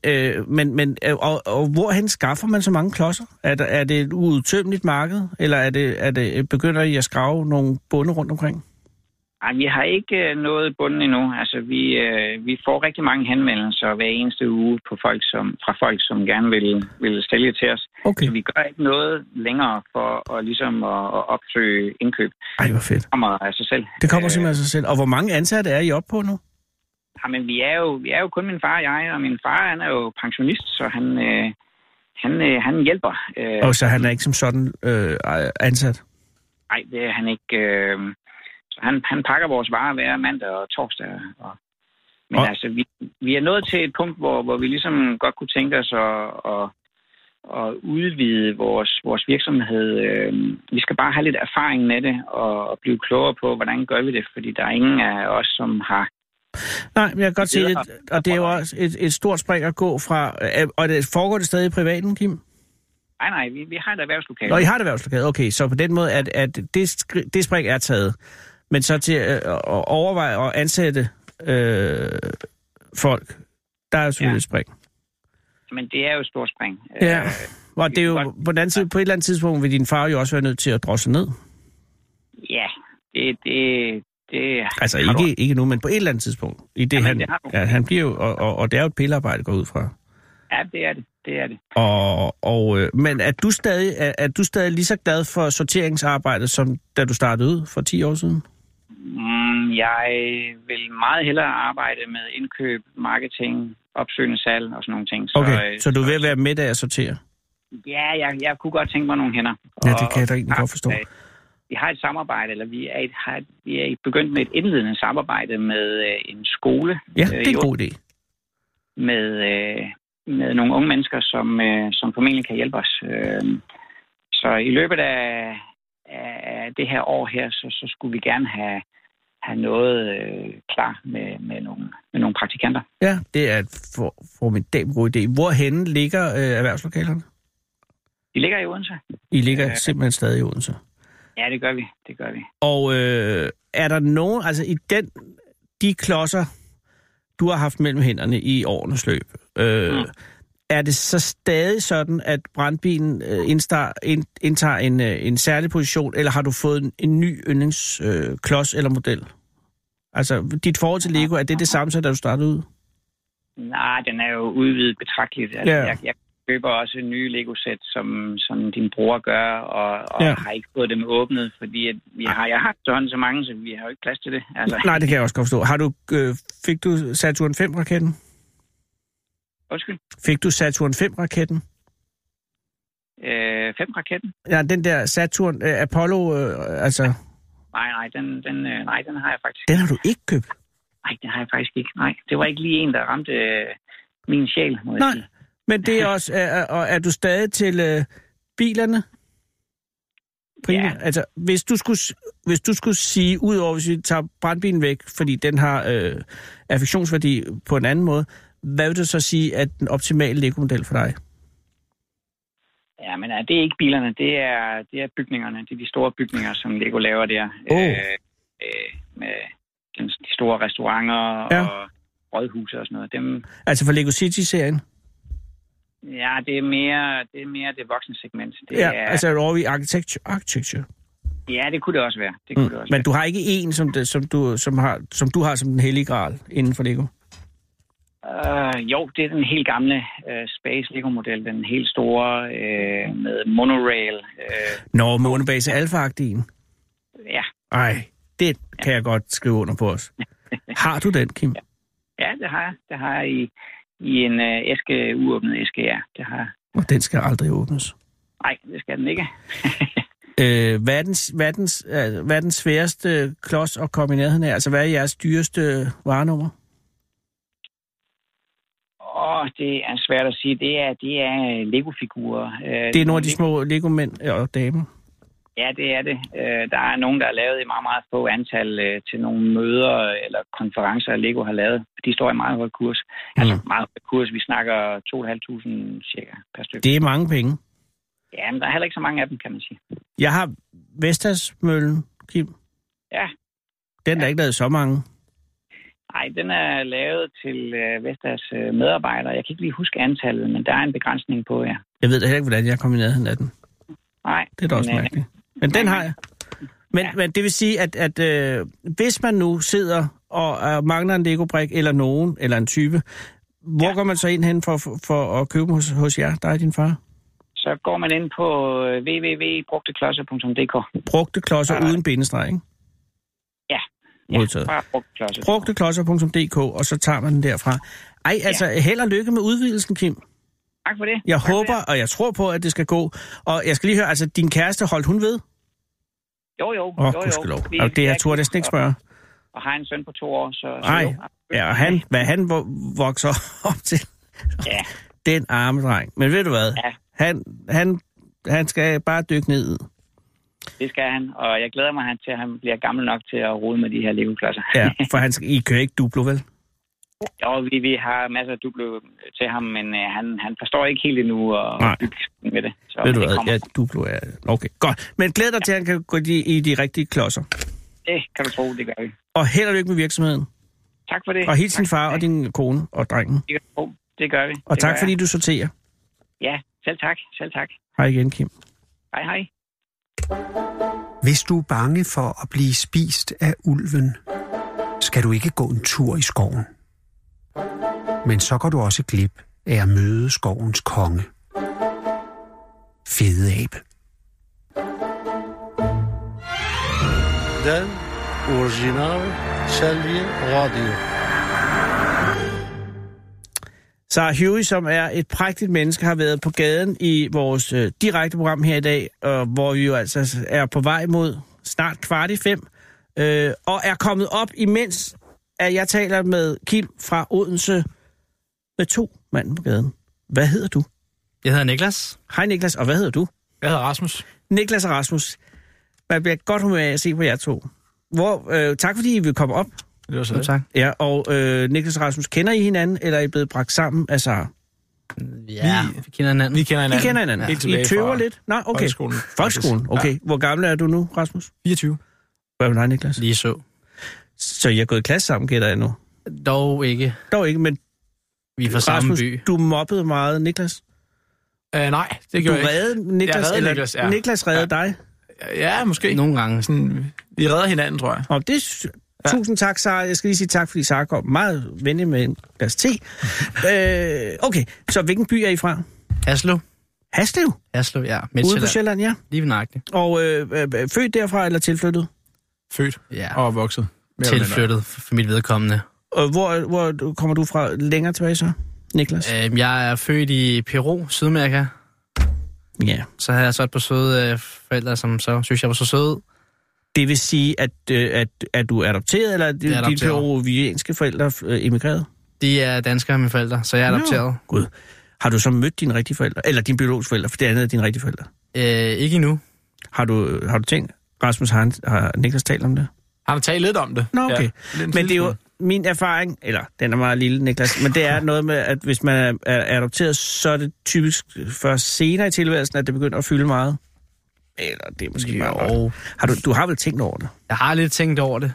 [SPEAKER 3] hvorhen skaffer man så mange klodser? Er det et uudtømmeligt marked, eller er det begynder I at skrave nogle bunde rundt omkring?
[SPEAKER 7] Nej, vi har ikke noget bunden endnu. Altså, vi får rigtig mange henvendelser hver eneste uge fra folk, som gerne vil sælge til os.
[SPEAKER 3] Okay.
[SPEAKER 7] Så vi gør ikke noget længere for at opsøge indkøb.
[SPEAKER 3] Ej, hvor fedt.
[SPEAKER 7] Det kommer af sig selv.
[SPEAKER 3] Det kommer simpelthen af sig selv. Og hvor mange ansatte er I oppe på nu?
[SPEAKER 7] Jamen, vi er jo kun min far og jeg, og min far, han er jo pensionist, så han hjælper.
[SPEAKER 3] Og så han er ikke som sådan ansat?
[SPEAKER 7] Nej, det er han ikke. Så han pakker vores varer hver mandag og torsdag. Men altså, vi er nået til et punkt, hvor vi ligesom godt kunne tænke os at udvide vores virksomhed. Vi skal bare have lidt erfaring med det og blive klogere på, hvordan gør vi det, fordi der er ingen af os, som har...
[SPEAKER 3] Nej, men jeg kan godt se det, og det er jo også et stort spring at gå fra... Og det foregår det stadig i privaten, Kim?
[SPEAKER 7] Nej, vi har et erhvervslokale.
[SPEAKER 3] Nå, I har et erhvervslokale, okay. Så på den måde, at det spring er taget. Men så til at overveje og ansætte folk, der er jo selvfølgelig et spring. Men
[SPEAKER 7] det er jo et stort spring.
[SPEAKER 3] Ja, og det er jo på et eller andet tidspunkt vil din far jo også være nødt til at drosse ned.
[SPEAKER 7] Ja, det
[SPEAKER 3] altså ikke nu, men på et eller andet tidspunkt. I det, han bliver jo, og det er jo et pillearbejde, går ud fra.
[SPEAKER 7] Ja, det er det.
[SPEAKER 3] Men er du stadig lige så glad for sorteringsarbejdet, som da du startede ud for 10 år siden?
[SPEAKER 7] Jeg vil meget hellere arbejde med indkøb, marketing, opsøgende salg og sådan nogle ting.
[SPEAKER 3] Så du vil være med, da jeg sorterer?
[SPEAKER 7] Ja, jeg kunne godt tænke mig nogle hænder.
[SPEAKER 3] Ja, det kan jeg da egentlig godt forstå.
[SPEAKER 7] Vi har et samarbejde, eller vi er begyndt med et indledende samarbejde med en skole.
[SPEAKER 3] Ja, det er en god idé.
[SPEAKER 7] Med nogle unge mennesker, som formentlig kan hjælpe os. Så i løbet af det her år her, så skulle vi gerne have noget klar med nogle praktikanter.
[SPEAKER 3] Ja, det er et formidabel god idé. Hvorhenne ligger erhvervslokalerne?
[SPEAKER 7] De ligger i Odense.
[SPEAKER 3] I ligger simpelthen stadig i Odense?
[SPEAKER 7] Ja, det gør vi.
[SPEAKER 3] Og er der nogen, altså i de klodser, du har haft mellem hænderne i årenes løb, er det så stadig sådan, at brandbilen indtager en særlig position, eller har du fået en ny yndlingsklods eller model? Altså, dit forhold til Lego, er det samme, da du startede ud?
[SPEAKER 7] Nej, den er jo udvidet betragteligt. Altså, jeg køber også nye Lego-sæt, som din bror gør, og har ikke fået dem åbnet, fordi at jeg har efterhånden så mange, så vi har jo ikke plads til det. Altså. Nej, det
[SPEAKER 3] kan jeg også godt forstå. Fik du Saturn 5-raketten?
[SPEAKER 7] Undskyld?
[SPEAKER 3] Fik du Saturn 5-raketten?
[SPEAKER 7] 5-raketten?
[SPEAKER 3] Ja, den der Saturn Apollo, altså...
[SPEAKER 7] Nej, den har jeg faktisk.
[SPEAKER 3] Den har du ikke købt?
[SPEAKER 7] Nej, den har jeg faktisk ikke. Nej, det var ikke lige en, der ramte min sjæl, må jeg sige.
[SPEAKER 3] Men det er også... Er du stadig til bilerne? Primært? Ja. Altså, hvis du skulle sige, udover hvis vi tager brandbilen væk, fordi den har affektionsværdi på en anden måde, hvad vil du så sige, at den optimale Lego-model for dig?
[SPEAKER 7] Ja, men det er ikke bilerne, det er bygningerne. Det er de store bygninger, som Lego laver der. Med de store restauranter og rådhuse og sådan noget. Dem... Altså
[SPEAKER 3] for Lego City-serien?
[SPEAKER 7] Ja, det er mere det voksne segment.
[SPEAKER 3] Altså er du over i architecture?
[SPEAKER 7] Ja, det kunne det også være.
[SPEAKER 3] Men du har ikke en, som du har som den hellige gral inden for Lego?
[SPEAKER 7] Jo, det er den helt gamle Space Lego-model. Den helt store med monorail.
[SPEAKER 3] Månebase Alpha-agtien?
[SPEAKER 7] Ja.
[SPEAKER 3] Ej, det kan jeg godt skrive under på os. Har du den, Kim?
[SPEAKER 7] Ja, det har jeg. Det har jeg i en uåbnet æske, ja. Det har jeg.
[SPEAKER 3] Og den skal aldrig åbnes?
[SPEAKER 7] Nej, det skal den ikke.
[SPEAKER 3] Hvad er den sværeste klods at komme i nærheden af? Altså, hvad er jeres dyreste varenummer?
[SPEAKER 7] Det er svært at sige. Det er Lego-figurer.
[SPEAKER 3] Det er nogle af de små Lego-mænd og damer?
[SPEAKER 7] Ja, det er det. Der er nogen, der er lavet i meget, meget få antal til nogle møder eller konferencer, Lego har lavet. De står i meget høj kurs. Altså meget høj kurs. Vi snakker 2.500 cirka per stykke.
[SPEAKER 3] Det er mange penge.
[SPEAKER 7] Ja, men der er heller ikke så mange af dem, kan man sige.
[SPEAKER 3] Jeg har Vestas-møllen, Kim.
[SPEAKER 7] Ja.
[SPEAKER 3] Den er der ikke lavet så mange.
[SPEAKER 7] Nej, den er lavet til Vestas medarbejdere. Jeg kan ikke lige huske antallet, men der er en begrænsning på, ja. Jeg
[SPEAKER 3] ved da heller ikke, hvordan jeg kom i nærheden af den.
[SPEAKER 7] Nej.
[SPEAKER 3] Det er da også mærkeligt. Men den har jeg. Men det vil sige, at hvis man nu sidder og mangler en Lego-brik eller nogen, eller en type, hvor går man så ind hen for at købe hos jer, dig og din far?
[SPEAKER 7] Så går man ind på www.brugteklodser.dk.
[SPEAKER 3] Brugteklodser uden bindestreg, ikke?
[SPEAKER 7] Ja.
[SPEAKER 3] Modtaget. Brugteklodser.dk, og så tager man den derfra. Altså held og lykke med udvidelsen, Kim.
[SPEAKER 7] Tak for det.
[SPEAKER 3] Jeg håber, og jeg tror på, at det skal gå. Og jeg skal lige høre, altså din kæreste, holdt hun ved?
[SPEAKER 7] Jo.
[SPEAKER 3] Gudskelov. Og det her tror jeg næsten ikke spørge.
[SPEAKER 7] Og har en søn på 2 år, så
[SPEAKER 3] nej. Ja, og hvad han vokser op til.
[SPEAKER 7] Ja.
[SPEAKER 3] Den arme dreng. Men ved du hvad? Ja. Han skal bare dykke ned.
[SPEAKER 7] Det skal han, og jeg glæder mig til, at han bliver gammel nok til at rode med de her Lego-klodser.
[SPEAKER 3] Ja, for I kører ikke Duplo, vel?
[SPEAKER 7] Jo, vi har masser af Duplo til ham, men han forstår ikke helt endnu at bygge med det. Så
[SPEAKER 3] ved du hvad? Ja, Duplo er... Okay, godt. Men glæder dig til, at han kan gå i de rigtige klodser.
[SPEAKER 7] Det kan du tro, det gør vi.
[SPEAKER 3] Og held og lykke med virksomheden.
[SPEAKER 7] Tak for det.
[SPEAKER 3] Og hils din far og din kone og drengen.
[SPEAKER 7] Det gør vi.
[SPEAKER 3] Og tak fordi du sorterer.
[SPEAKER 7] Ja, selv tak.
[SPEAKER 3] Hej igen, Kim.
[SPEAKER 7] Hej.
[SPEAKER 2] Hvis du er bange for at blive spist af ulven, skal du ikke gå en tur i skoven. Men så går du også glip af at møde skovens konge. Fede abe.
[SPEAKER 4] Den original Salvie Radio.
[SPEAKER 3] Sarah Huey, som er et prægtigt menneske, har været på gaden i vores direkte program her i dag, hvor vi jo altså er på vej mod snart 4:15, og er kommet op, imens at jeg taler med Kim fra Odense med 2 mand på gaden. Hvad hedder du?
[SPEAKER 8] Jeg hedder Niklas.
[SPEAKER 3] Hej Niklas, og hvad hedder du?
[SPEAKER 8] Jeg hedder Rasmus.
[SPEAKER 3] Niklas og Rasmus. Man bliver godt humør af at se på jer to. Tak fordi I vil komme op.
[SPEAKER 8] Det var så
[SPEAKER 1] Tak.
[SPEAKER 3] Ja, og Niklas og Rasmus, kender I hinanden, eller er I blevet bragt sammen? Altså,
[SPEAKER 1] Ja, vi kender hinanden.
[SPEAKER 8] Vi kender
[SPEAKER 3] I
[SPEAKER 8] hinanden.
[SPEAKER 3] kender hinanden.
[SPEAKER 8] Helt
[SPEAKER 3] I
[SPEAKER 8] tilbage
[SPEAKER 3] tøver
[SPEAKER 8] fra
[SPEAKER 3] lidt? Nå, okay.
[SPEAKER 8] Folkeskolen.
[SPEAKER 3] Okay. Hvor gammel er du nu, Rasmus?
[SPEAKER 8] 24.
[SPEAKER 3] Hvad med dig, Niklas?
[SPEAKER 1] Lige så.
[SPEAKER 3] Så I har gået i klasse sammen, gætter jeg nu?
[SPEAKER 1] Dog ikke.
[SPEAKER 3] Dog ikke, men
[SPEAKER 1] Vi er fra samme
[SPEAKER 3] Rasmus,
[SPEAKER 1] by.
[SPEAKER 3] du mobbede meget Niklas.
[SPEAKER 8] Nej, det
[SPEAKER 3] Du
[SPEAKER 8] gjorde jeg ikke.
[SPEAKER 3] reddede Niklas,
[SPEAKER 8] Jeg reddede
[SPEAKER 3] eller
[SPEAKER 8] Niklas, ja.
[SPEAKER 3] Niklas reddede dig?
[SPEAKER 8] Ja, måske.
[SPEAKER 1] Nogle gange.
[SPEAKER 8] Sådan, vi redder hinanden, tror jeg.
[SPEAKER 3] Og det tusind tak, Sara. Jeg skal lige sige tak, fordi Sara kom meget venlig med en glas te. Okay, så hvilken by er I fra?
[SPEAKER 1] Haslev.
[SPEAKER 3] Haslev?
[SPEAKER 1] Haslev, ja.
[SPEAKER 3] Ude på
[SPEAKER 1] Midtjylland.
[SPEAKER 3] Sjælland, ja.
[SPEAKER 1] Lige ved nøjagtigt.
[SPEAKER 3] Og født derfra eller tilflyttet?
[SPEAKER 8] Født
[SPEAKER 1] Ja.
[SPEAKER 8] og vokset. Mere eller mindre.
[SPEAKER 1] Tilflyttet for mit vedkommende.
[SPEAKER 3] Og hvor kommer du fra længere tilbage så, Niklas?
[SPEAKER 1] Jeg er født i Peru, Sydamerika.
[SPEAKER 3] Ja.
[SPEAKER 1] Så havde jeg så et par søde forældre, som så synes jeg var så søde.
[SPEAKER 3] Det vil sige, at du er adopteret, eller er dine
[SPEAKER 1] adopteret.
[SPEAKER 3] peruvianske forældre emigreret?
[SPEAKER 1] De er danskere, mine forældre, så jeg er adopteret.
[SPEAKER 3] Gud. Har du så mødt dine rigtige forældre? Eller dine biologiske forældre, for det andet er dine rigtige forældre?
[SPEAKER 1] Ikke endnu.
[SPEAKER 3] Har du tænkt, Rasmus, har Niklas talt om det?
[SPEAKER 8] Han har talt lidt om det.
[SPEAKER 3] Nå, okay.
[SPEAKER 8] Ja,
[SPEAKER 3] Men det er jo min erfaring, eller den er meget lille, Niklas, men det er noget med, at hvis man er adopteret, så er det typisk først senere i tilværelsen, at det begynder at fylde meget. Eller det er måske bare... Du har vel tænkt over det?
[SPEAKER 1] Jeg har lidt tænkt over det.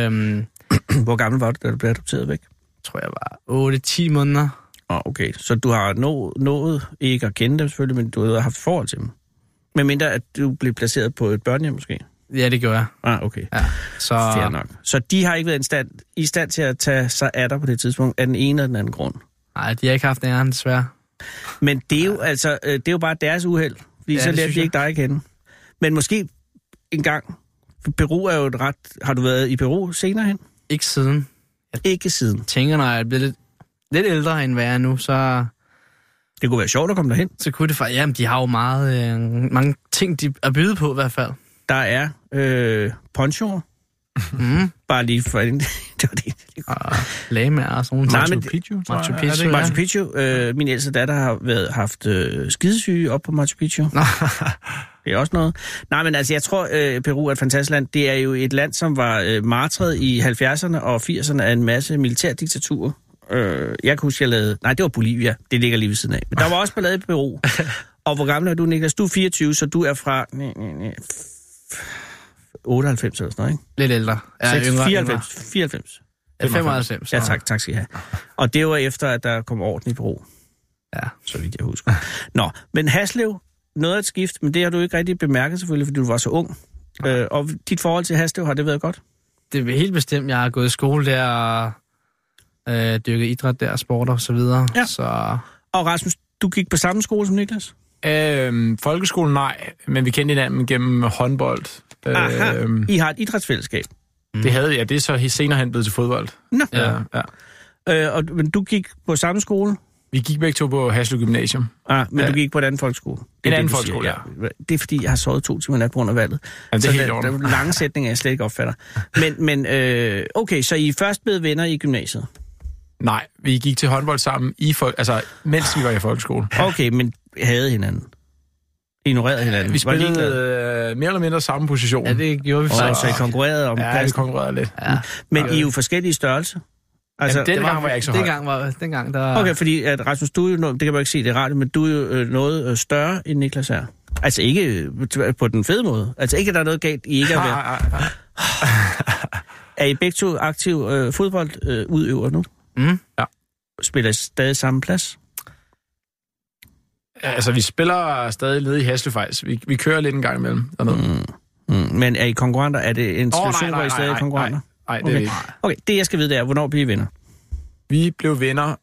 [SPEAKER 3] Hvor gammel var du, da du blev adopteret væk?
[SPEAKER 1] Tror jeg var 8-10 måneder.
[SPEAKER 3] Okay, så du har nået ikke at kende dem selvfølgelig, men du har haft forhold til dem. Men mindre, at du blev placeret på et børnehjem måske?
[SPEAKER 1] Ja, det gjorde jeg.
[SPEAKER 3] Okay.
[SPEAKER 1] Ja, så...
[SPEAKER 3] Fair nok. Så de har ikke været i stand til at tage sig af dig på det tidspunkt, af den ene eller den anden grund?
[SPEAKER 1] Nej, de har ikke haft æren, desværre.
[SPEAKER 3] Men det er jo altså, det er jo bare deres uheld, fordi så lærte de ikke dig at kende. Men måske en gang, Peru er jo et ret... Har du været i Peru senere hen?
[SPEAKER 1] Ikke siden.
[SPEAKER 3] Ikke siden.
[SPEAKER 1] Jeg tænker, når jeg er blevet lidt ældre, end hvad jeg er nu, så...
[SPEAKER 3] Det kunne være sjovt at komme derhen.
[SPEAKER 1] Så kunne det faktisk... Jamen, de har jo mange ting, de er byde på i hvert fald.
[SPEAKER 3] Der er ponchoer. Bare lige for... det var det.
[SPEAKER 1] Og lagmager og sådan noget.
[SPEAKER 8] Machu Picchu, tror jeg.
[SPEAKER 1] Machu Picchu,
[SPEAKER 3] Machu Picchu. Min ældste datter har haft skidesyge op på Machu Picchu. Det er også noget. Nej, men altså, jeg tror, Peru er et fantastisk land. Det er jo et land, som var martret i 70'erne og 80'erne af en masse militærdiktaturer. Jeg kan huske, jeg lavede... Nej, det var Bolivia. Det ligger lige ved siden af. Men der var også ballade i Peru. Og hvor gammel er du, Niklas? Du er 24, så du er fra... 98 eller sådan noget, ikke?
[SPEAKER 1] Lidt ældre. Jeg er yngre.
[SPEAKER 3] 94.
[SPEAKER 1] Jeg er 95.
[SPEAKER 3] Ja, tak skal I have. Og det var efter, at der kom orden i Peru.
[SPEAKER 1] Ja.
[SPEAKER 3] Så vidt jeg husker. Nå, men Haslev, noget af et skift, men det har du ikke rigtig bemærket selvfølgelig, fordi du var så ung. Og dit forhold til Haslev, har det været godt?
[SPEAKER 1] Det er helt bestemt. Jeg har gået i skole der og dyrket idræt der, sport og så videre.
[SPEAKER 3] Ja.
[SPEAKER 1] Så...
[SPEAKER 3] Og Rasmus, du gik på samme skole som Niklas?
[SPEAKER 8] Folkeskolen nej, men vi kendte hinanden gennem håndbold.
[SPEAKER 3] Aha, I har et idrætsfællesskab.
[SPEAKER 8] Det havde jeg, det er så senere hen blevet til fodbold.
[SPEAKER 3] Nå.
[SPEAKER 8] Ja.
[SPEAKER 3] Men du gik på samme skole?
[SPEAKER 8] Vi gik begge to på Haslev Gymnasium.
[SPEAKER 3] Men du gik på en anden folkeskole?
[SPEAKER 8] En anden folkeskole, ja.
[SPEAKER 3] Det er fordi, jeg har sovet 2 timer nat på grund af valget.
[SPEAKER 8] Jamen, det er
[SPEAKER 3] så
[SPEAKER 8] helt
[SPEAKER 3] der lange sætninger, jeg slet ikke opfatter. Men okay, så I er først blevet venner i gymnasiet?
[SPEAKER 8] Nej, vi gik til håndbold sammen, mens vi var i folkeskole.
[SPEAKER 3] Okay, men havde hinanden? Ignorerede hinanden?
[SPEAKER 8] Vi spillede mere eller mindre samme position.
[SPEAKER 1] Ja, det gjorde vi
[SPEAKER 3] så I konkurrerede om
[SPEAKER 8] pladsen? Ja, vi konkurrerede lidt.
[SPEAKER 3] Ja. Men I er jo forskellige størrelser.
[SPEAKER 8] Altså, dengang var jeg ikke så høj.
[SPEAKER 1] Dengang der...
[SPEAKER 3] Okay, fordi at Rasmus, du er jo, det kan man ikke se det i radio, men du er jo noget større end Niklas er. Altså ikke på den fede måde. Altså ikke, at der er noget galt i ikke at være... Er I begge to aktive fodboldudøvere nu?
[SPEAKER 8] Ja.
[SPEAKER 3] Spiller I stadig samme plads?
[SPEAKER 8] Altså, vi spiller stadig nede i Haslev faktisk. Vi kører lidt en gang imellem dernede.
[SPEAKER 3] Men er I konkurrenter? Er det en situation, hvor I stadig er konkurrenter?
[SPEAKER 8] Nej, det er ikke.
[SPEAKER 3] Okay, det jeg skal vide, det er, hvornår bliver I venner?
[SPEAKER 8] Vi blev venner...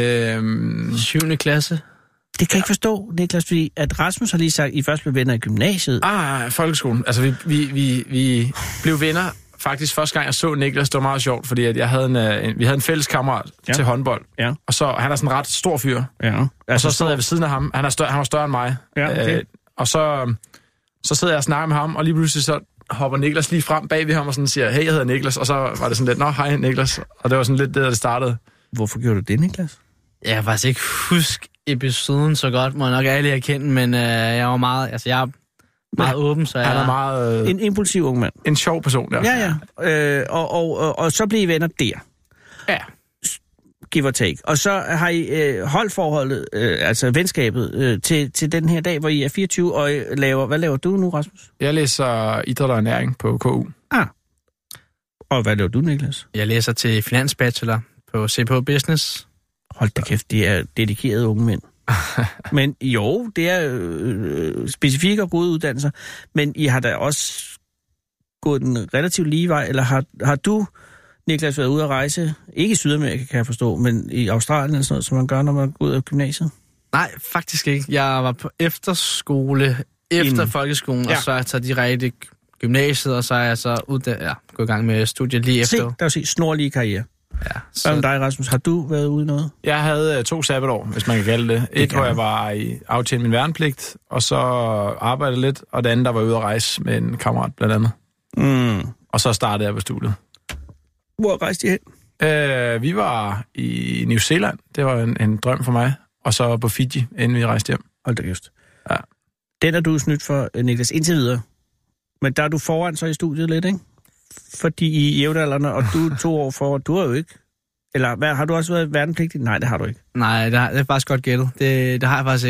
[SPEAKER 1] 7. klasse.
[SPEAKER 3] Det kan jeg ikke forstå, Niklas, fordi at Rasmus har lige sagt, at I først blev venner i gymnasiet.
[SPEAKER 8] Folkeskolen. Altså, vi blev venner faktisk første gang, jeg så Niklas. Det var meget sjovt, fordi at vi havde en fælles kammerat til håndbold. Ja. Og så, han er sådan en red stor fyr. Ja. Og så sidder jeg ved siden af ham. Han var større end mig. Ja, okay. Og så sidder jeg og snakker med ham, og lige pludselig så hopper Niklas lige frem bag ved ham og sådan siger, hey, jeg hedder Niklas. Og så var det sådan lidt, hej Niklas. Og det var sådan lidt det, der startede.
[SPEAKER 3] Hvorfor gjorde du det, Niklas?
[SPEAKER 1] Jeg kan faktisk ikke huske
[SPEAKER 9] episoden så godt, må jeg nok ærligt erkende, men jeg var meget, jeg er meget åben, så
[SPEAKER 3] Han er meget... en impulsiv ung mand.
[SPEAKER 8] En sjov person, der.
[SPEAKER 3] Ja. Og så bliver I venner der.
[SPEAKER 8] Ja.
[SPEAKER 3] Give or take. Og så har I holdforholdet, altså venskabet, til den her dag, hvor I er 24 og laver... Hvad laver du nu, Rasmus?
[SPEAKER 8] Jeg læser idræt og ernæring på KU.
[SPEAKER 3] Og hvad laver du, Niklas?
[SPEAKER 9] Jeg læser til finansbachelor på CPH Business.
[SPEAKER 3] Hold da kæft, det er dedikerede unge mænd. Men jo, det er specifikke og gode uddannelser, men I har da også gået den relativt lige vej, eller har du, Niklas, været ude at rejse, ikke i Sydamerika, kan jeg forstå, men i Australien eller sådan noget, som man gør, når man går ud af gymnasiet?
[SPEAKER 9] Nej, faktisk ikke. Jeg var på efterskole efter folkeskolen, og så er jeg taget direkte i gymnasiet, og så er jeg så gået i gang med studiet lige efter.
[SPEAKER 3] Se, der vil sige snorlige karriere.
[SPEAKER 9] Ja,
[SPEAKER 3] så... Hvad med dig, Rasmus? Har du været ude i noget?
[SPEAKER 8] Jeg havde 2 sabbatår, hvis man kan kalde det. Et, hvor jeg var i aftjent min værnepligt, og så arbejdede lidt, og det andet, der var ude at rejse med en kammerat blandt andet. Og så startede jeg på studiet.
[SPEAKER 3] Hvor rejste I hen?
[SPEAKER 8] Vi var i New Zealand. Det var en drøm for mig. Og så på Fiji, inden vi rejste hjem.
[SPEAKER 3] Hold da just.
[SPEAKER 8] Ja.
[SPEAKER 3] Den er du snydt for, Niklas, indtil videre. Men der er du foran så i studiet lidt, ikke? Fordi I jævnaldrende, og du er 2 år foran. Du har jo ikke... Eller har du også været værnepligtig? Nej, det har du ikke.
[SPEAKER 9] Nej, det er faktisk godt gættet. Det har jeg faktisk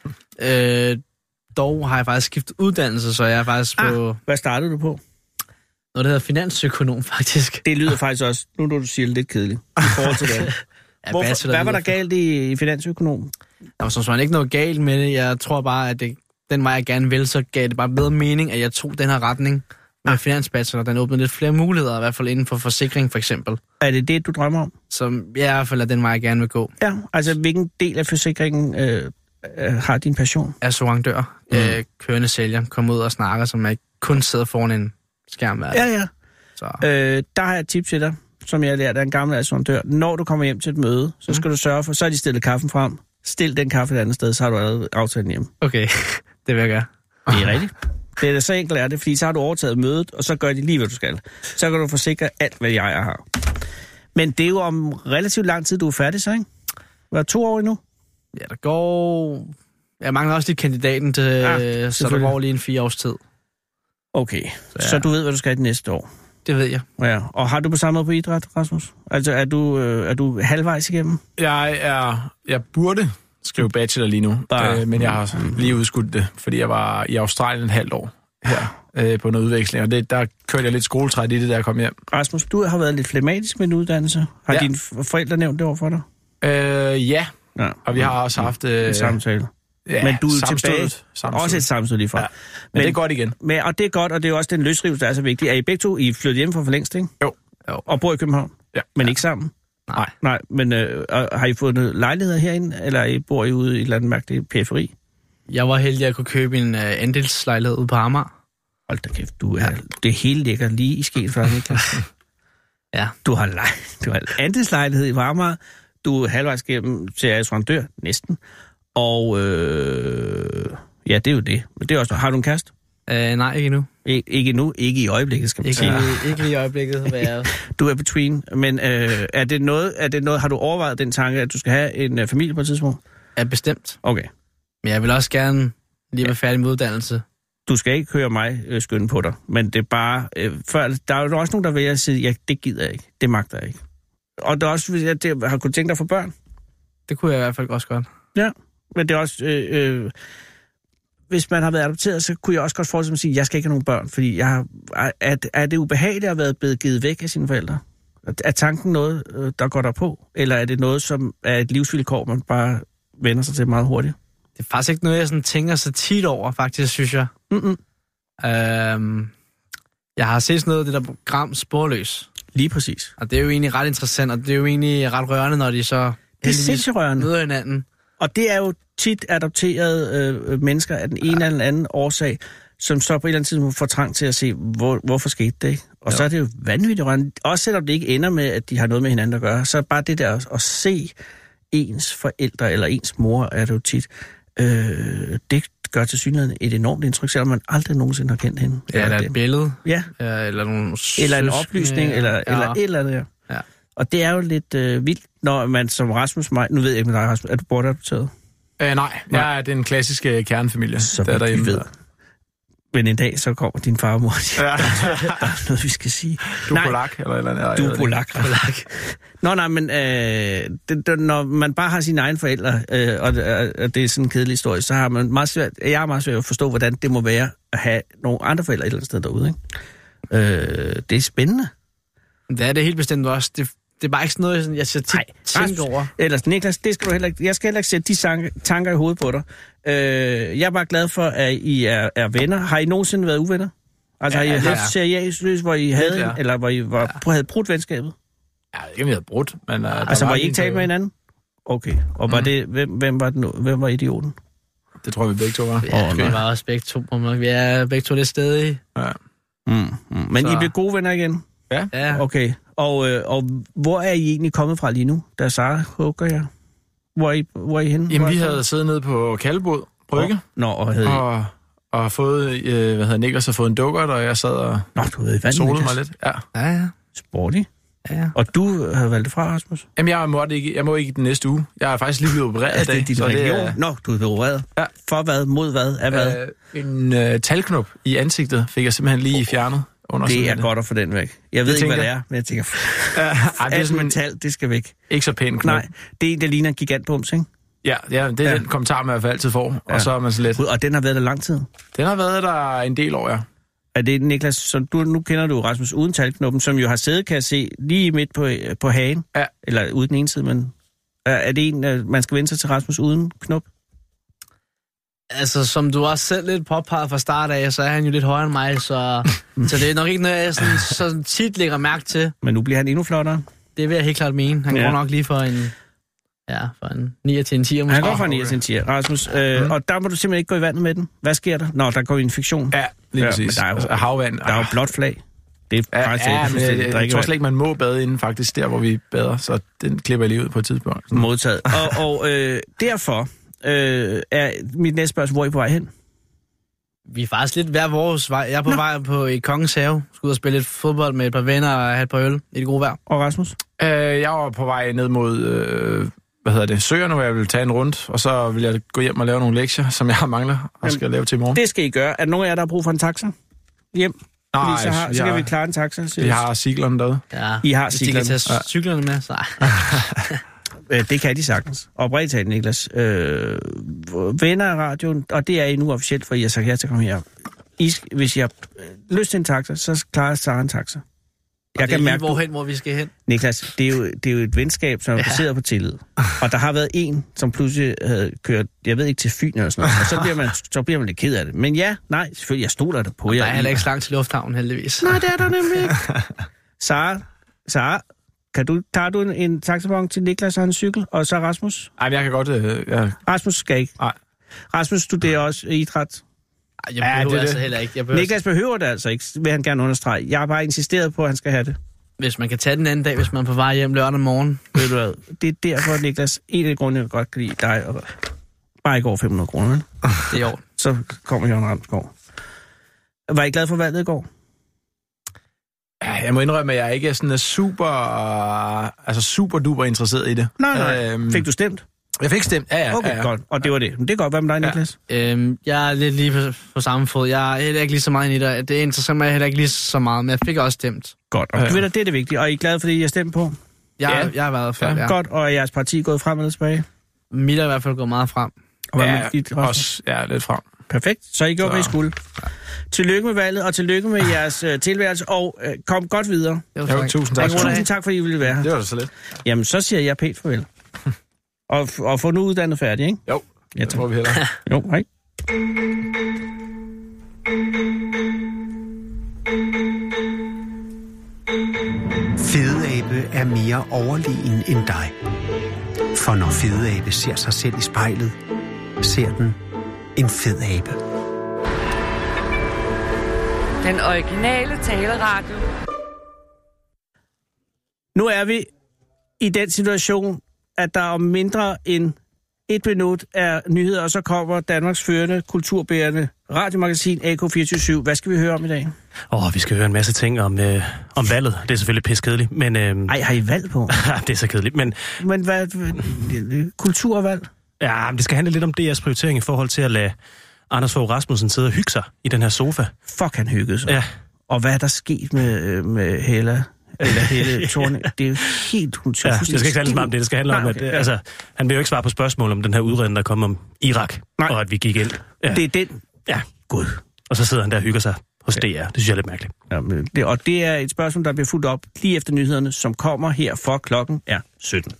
[SPEAKER 9] ikke. Dog har jeg faktisk skiftet uddannelse, så jeg er faktisk på...
[SPEAKER 3] Hvad startede du på?
[SPEAKER 9] Noget, der hedder finansøkonom, faktisk.
[SPEAKER 3] Det lyder faktisk også, nu når du siger det, lidt kedeligt i forhold til det. Hvad var der galt i finansøkonom?
[SPEAKER 9] Der var sådan ikke noget galt med det. Jeg tror bare, at den vej, jeg gerne vil, så gav det bare bedre mening, at jeg tog den her retning med finansbachelor. Den åbnede lidt flere muligheder, i hvert fald inden for forsikring, for eksempel.
[SPEAKER 3] Er det det, du drømmer om?
[SPEAKER 9] Som jeg i hvert fald er den vej, jeg gerne vil gå.
[SPEAKER 3] Ja, altså hvilken del af forsikringen har din passion?
[SPEAKER 9] Assurandør, kørende sælger, kommer ud og snakker, som jeg ikke kun sidder foran en skærm.
[SPEAKER 3] Ja. Så. Der har jeg et tip til dig, som jeg har lært af en gammel assurandør. Når du kommer hjem til et møde, så skal du sørge for, så har de stillet kaffen frem. Stil den kaffe et andet sted, så har du allerede aftalt hjem.
[SPEAKER 9] Okay, det vil jeg gøre.
[SPEAKER 3] Det er rigtigt. Det er så enkelt er det, fordi så har du overtaget mødet, og så gør de lige, hvad du skal. Så kan du forsikre alt, hvad jeg har. Men det er jo om relativt lang tid, du er færdig, så ikke? Var 2 år endnu?
[SPEAKER 9] Ja, der går... Jeg mangler også lige kandidaten til, så der går lige en 4 års tid.
[SPEAKER 3] Okay, så du ved, hvad du skal det næste år?
[SPEAKER 9] Det ved jeg.
[SPEAKER 3] Ja. Og har du på samme måde på idræt, Rasmus? Altså, er du halvvejs igennem?
[SPEAKER 8] Jeg burde skrive bachelor lige nu, men jeg har lige udskudt det, fordi jeg var i Australien et halvt år her på noget udveksling, og der kørte jeg lidt skoletræt i det, da jeg kom hjem.
[SPEAKER 3] Rasmus, du har været lidt flematisk med en uddannelse. Har dine forældre nævnt det over for dig?
[SPEAKER 8] Ja, og vi har også haft...
[SPEAKER 3] en samtale. Ja, men du er tilbage. Også et samstød lige fra. Ja.
[SPEAKER 8] Men det er godt igen.
[SPEAKER 3] Og det er godt, og det er også den løsrivelse, der er så vigtig. Er I begge to flyttet hjem for længst, ikke?
[SPEAKER 8] Jo.
[SPEAKER 3] Og bor i København?
[SPEAKER 8] Ja.
[SPEAKER 3] Men ikke sammen?
[SPEAKER 8] Nej,
[SPEAKER 3] men har I fundet lejligheder herinde, eller bor I ude i et eller andet mærkeligt periferi?
[SPEAKER 9] Jeg var heldig at kunne købe en andelslejlighed ude på Amager.
[SPEAKER 3] Hold da kæft, det hele ligger lige i sket for dig.
[SPEAKER 9] Ja.
[SPEAKER 3] Du har andelslejlighed i Amager, du er halvvejs gennem til assurandør, næsten. Og ja, det er jo det. Men det er også... Har du en kæreste?
[SPEAKER 9] Nej, ikke endnu.
[SPEAKER 3] Ikke endnu? Ikke i øjeblikket, skal man sige.
[SPEAKER 9] Ikke lige i øjeblikket.
[SPEAKER 3] Du er between. Men er det noget... Har du overvejet den tanke, at du skal have en familie på et tidspunkt?
[SPEAKER 9] Ja, bestemt.
[SPEAKER 3] Okay.
[SPEAKER 9] Men jeg vil også gerne lige være færdig med uddannelse.
[SPEAKER 3] Du skal ikke høre mig skynde på dig. Men det er bare... der er jo også nogen, der vil sige, ja, det gider jeg ikke. Det magter jeg ikke. Og det er også... Har du tænkt dig for børn?
[SPEAKER 9] Det kunne jeg i hvert fald også godt.
[SPEAKER 3] Ja, men det er også... hvis man har været adopteret, så kunne jeg også godt forestille mig at sige, at jeg skal ikke have nogen børn, fordi er det ubehageligt at være blevet givet væk af sine forældre? Er tanken noget, der går der på? Eller er det noget, som er et livsvilkår, man bare vender sig til meget hurtigt?
[SPEAKER 9] Det er faktisk ikke noget, jeg sådan tænker så tit over, faktisk, synes jeg. Jeg har set sådan noget af det der program Sporløs.
[SPEAKER 3] Lige præcis.
[SPEAKER 9] Og det er jo egentlig ret interessant, og det er jo egentlig ret rørende, når de så møder hinanden.
[SPEAKER 3] Og det er jo tit adopterede mennesker af den ene eller anden årsag, som så på et eller andet tidspunkt får trang til at se, hvorfor skete det, ikke? Og så er det jo vanvittigt rørende. Også selvom det ikke ender med, at de har noget med hinanden at gøre, så bare det der at se ens forældre eller ens mor, er det jo tit, det gør til synligheden et enormt indtryk, selvom man aldrig nogensinde har kendt hende.
[SPEAKER 9] Ja, eller et billede.
[SPEAKER 3] Ja.
[SPEAKER 9] Eller nogle
[SPEAKER 3] eller en oplysning, eller et eller andet.
[SPEAKER 9] Ja.
[SPEAKER 3] Og det er jo lidt vildt, når man som Rasmus, nu ved jeg ikke med dig, Rasmus, er du bortadopteret?
[SPEAKER 8] Nej, jeg er den klassiske kernefamilie.
[SPEAKER 3] Så der derhjemme ved. Men en dag, så kommer din far og mor og siger, der er noget, vi skal sige.
[SPEAKER 8] Du er polak, eller andet?
[SPEAKER 3] Du er polak. Nej, men når man bare har sine egne forældre, og det er sådan en kedelig historie, så har man meget svært, jeg har meget svært at forstå, hvordan det må være at have nogle andre forældre et eller andet sted derude, ikke? Det er spændende.
[SPEAKER 9] Det er det helt bestemt også. Det er bare ikke sådan noget, jeg så tit tænker over.
[SPEAKER 3] Ellers, Niklas, det skal du heller ikke. Jeg skal heller ikke sætte de tanker i hovedet på dig. Jeg er bare glad for, at I er venner. Har I nogensinde været uvenner? Altså har I lidt seriøst, hvor I havde, eller hvor I havde brudt venskabet?
[SPEAKER 8] Ja, ikke vi havde brudt, men...
[SPEAKER 3] Altså var I ikke talt med hinanden? Okay. Og var det, hvem var idioten?
[SPEAKER 8] Det tror jeg, vi begge to var.
[SPEAKER 9] Ja, vi var også begge to. Vi er begge to lidt stedige.
[SPEAKER 3] Ja. Men I blev gode venner igen?
[SPEAKER 8] Ja.
[SPEAKER 3] Okay. Og hvor er I egentlig kommet fra lige nu, da Sara hugger jer? Hvor er I henne?
[SPEAKER 8] Jamen, vi havde siddet nede på Kaldebod Brygge. Og fået, Niklas har fået en dukkert, og jeg sad og solede mig lidt.
[SPEAKER 3] Ja. Sporty. Ja. Og du har valgt det fra, Rasmus?
[SPEAKER 8] Jamen, jeg må ikke den næste uge. Jeg er faktisk lige blevet opereret i dag.
[SPEAKER 3] Det er din region? Nå, du er blevet opereret. Ja. For hvad? Mod hvad? Af hvad?
[SPEAKER 8] En talknop i ansigtet fik jeg simpelthen lige fjernet.
[SPEAKER 3] Det er godt at få den væk. Jeg ved ikke, hvad det er, men jeg tænker, det er sådan mental, det skal væk.
[SPEAKER 8] Ikke så pænt knop.
[SPEAKER 3] Nej, det er en, der ligner en gigantbums, ikke?
[SPEAKER 8] Ja, det er den kommentar, man i hvert fald altid får, og så er man så let.
[SPEAKER 3] Og den har været der lang tid?
[SPEAKER 8] Den har været der en del år, ja.
[SPEAKER 3] Er det, Niklas, som nu kender du Rasmus uden talknoppen, som jo har siddet, kan jeg se, lige midt på hagen? Ja. Eller uden den ene side, men er det en, man skal vende sig til Rasmus uden knop?
[SPEAKER 9] Altså, som du også selv lidt påpeget fra start af, så er han jo lidt højere end mig, så det er nok ikke noget, jeg så tit lægger mærke til.
[SPEAKER 3] Men nu bliver han endnu flottere.
[SPEAKER 9] Det vil jeg helt klart mene. Han går nok lige for en 9 til en 10 måske.
[SPEAKER 3] Han går for en 9 til en 10, Rasmus. Og der må du simpelthen ikke gå i vandet med den. Hvad sker der? Nå, der går infektion.
[SPEAKER 8] Ja, lige præcis.
[SPEAKER 3] Der er jo
[SPEAKER 8] havvand.
[SPEAKER 3] Der er jo blåt flag. Det er faktisk
[SPEAKER 8] jeg tror slet ikke, man må bade inden faktisk, der hvor vi bader, så den klipper jeg lige ud på et tidspunkt.
[SPEAKER 3] Modtaget. Og derfor er mit næste spørgsmål, hvor er I på vej hen?
[SPEAKER 9] Vi er faktisk lidt hver vores vej. Jeg er på vej i Kongens Have. Skal ud og spille lidt fodbold med et par venner og have et par øl i det gode vejr.
[SPEAKER 3] Og Rasmus?
[SPEAKER 8] Jeg var på vej ned mod søerne, hvor jeg vil tage en rundt, og så vil jeg gå hjem og lave nogle lektier, som jeg mangler og skal lave til i morgen.
[SPEAKER 3] Det skal I gøre. Er der nogen af jer, der har brug for en taxa? Hjem?
[SPEAKER 8] Nej,
[SPEAKER 3] så kan vi klare en taxa.
[SPEAKER 8] Vi har cyklerne derude.
[SPEAKER 9] Ja,
[SPEAKER 3] I har cyklerne.
[SPEAKER 9] De kan tage cyklerne med, så...
[SPEAKER 3] Det kan de sagtens. Og bredt talt, Niklas. Venner af radioen, og det er I nu officielt, for I har sagt ja til at komme her. Hvis I har lyst til en taxa, så klarer Sara en taxa.
[SPEAKER 9] Jeg kan mærke, hvor vi skal hen.
[SPEAKER 3] Niklas, det er jo et venskab, som er baseret på tillid. Og der har været en, som pludselig havde kørt, jeg ved ikke, til Fyn eller sådan noget, og så bliver man lidt ked af det. Men selvfølgelig, jeg stoler der på jer.
[SPEAKER 9] Der er heller ikke så langt til lufthavnen, heldigvis.
[SPEAKER 3] Nej, det er der nemlig ikke. Sara, tager du en taxabon til Niklas og hans cykel, og så Rasmus?
[SPEAKER 8] Nej, jeg kan godt...
[SPEAKER 3] Rasmus skal ikke.
[SPEAKER 8] Nej.
[SPEAKER 3] Rasmus studerer også idræt.
[SPEAKER 9] Jeg behøver altså heller ikke.
[SPEAKER 3] Niklas behøver det altså ikke, vil han gerne understrege. Jeg har bare insisteret på, at han skal have det.
[SPEAKER 9] Hvis man kan tage den anden dag, hvis man er på vej hjem lørdag morgen.
[SPEAKER 3] Ved du hvad? Det er derfor, Niklas, en af de grunde, jeg godt kan lide dig, og bare ikke over 500 kroner.
[SPEAKER 9] Det er jo.
[SPEAKER 3] Så kommer Jørgen Ramsgaard. Var I glad for valget i går?
[SPEAKER 8] Jeg må indrømme, at jeg ikke er sådan super duper interesseret i det.
[SPEAKER 3] Nej. Fik du stemt?
[SPEAKER 8] Jeg fik stemt, ja.
[SPEAKER 3] Okay, godt. Og det var det. Men det er godt. Hvad med dig, Niklas?
[SPEAKER 9] Jeg er lidt lige på samme fod. Jeg er heller ikke lige så meget ind i det. Det interesserer mig heller ikke lige så meget, men jeg fik også stemt.
[SPEAKER 3] Godt. Og det er det vigtige. Og er I glade, fordi I har stemt på?
[SPEAKER 9] Jeg har været før, ja.
[SPEAKER 3] Godt. Og er jeres parti gået frem eller tilbage?
[SPEAKER 9] Mit er i hvert fald gået meget frem.
[SPEAKER 3] Og hvad med dit,
[SPEAKER 8] også, lidt frem.
[SPEAKER 3] Perfekt. Så I gjorde, hvad I skulle. Ja. Tillykke med valget, og tillykke med jeres tilværelse, og kom godt videre.
[SPEAKER 8] Jo, tusind tak.
[SPEAKER 3] Tusind tak, fordi I ville være her.
[SPEAKER 8] Det var da så lidt.
[SPEAKER 3] Jamen, så siger jeg pænt farvel. og få nu uddannet færdig, ikke?
[SPEAKER 8] Jo, jeg tror vi heller.
[SPEAKER 3] Jo, hej.
[SPEAKER 2] Fedeabe er mere overlegen end dig. For når Fedeabe ser sig selv i spejlet, ser den en fed abe.
[SPEAKER 10] Den originale taleradio.
[SPEAKER 3] Nu er vi i den situation, at der om mindre end 1 minut er nyheder, og så kommer Danmarks førende kulturbærende radiomagasin AK247. Hvad skal vi høre om i dag?
[SPEAKER 11] Vi skal høre en masse ting om valget. Det er selvfølgelig piskedeligt, men...
[SPEAKER 3] Ej, har I valg på?
[SPEAKER 11] Det er så kedeligt, men...
[SPEAKER 3] Men hvad... Kulturvalg?
[SPEAKER 11] Ja, men det skal handle lidt om DR's prioritering i forhold til at lade Anders Fogh Rasmussen sidde og hygge sig i den her sofa.
[SPEAKER 3] Fuck, han hyggede sig.
[SPEAKER 11] Ja.
[SPEAKER 3] Og hvad er der sket med Helle Thorning? Det er jo helt...
[SPEAKER 11] Ja, det skal ikke handle om det. Det skal handle om, at altså, han vil jo ikke svare på spørgsmål om den her udredning, der kommer om Irak, og at vi gik ind. Ja.
[SPEAKER 3] Det er den.
[SPEAKER 11] Ja.
[SPEAKER 3] Gud.
[SPEAKER 11] Og så sidder han der og hygger sig hos DR. Det synes jeg er lidt mærkeligt.
[SPEAKER 3] Ja, og det er et spørgsmål, der bliver fulgt op lige efter nyhederne, som kommer her for klokken er 17.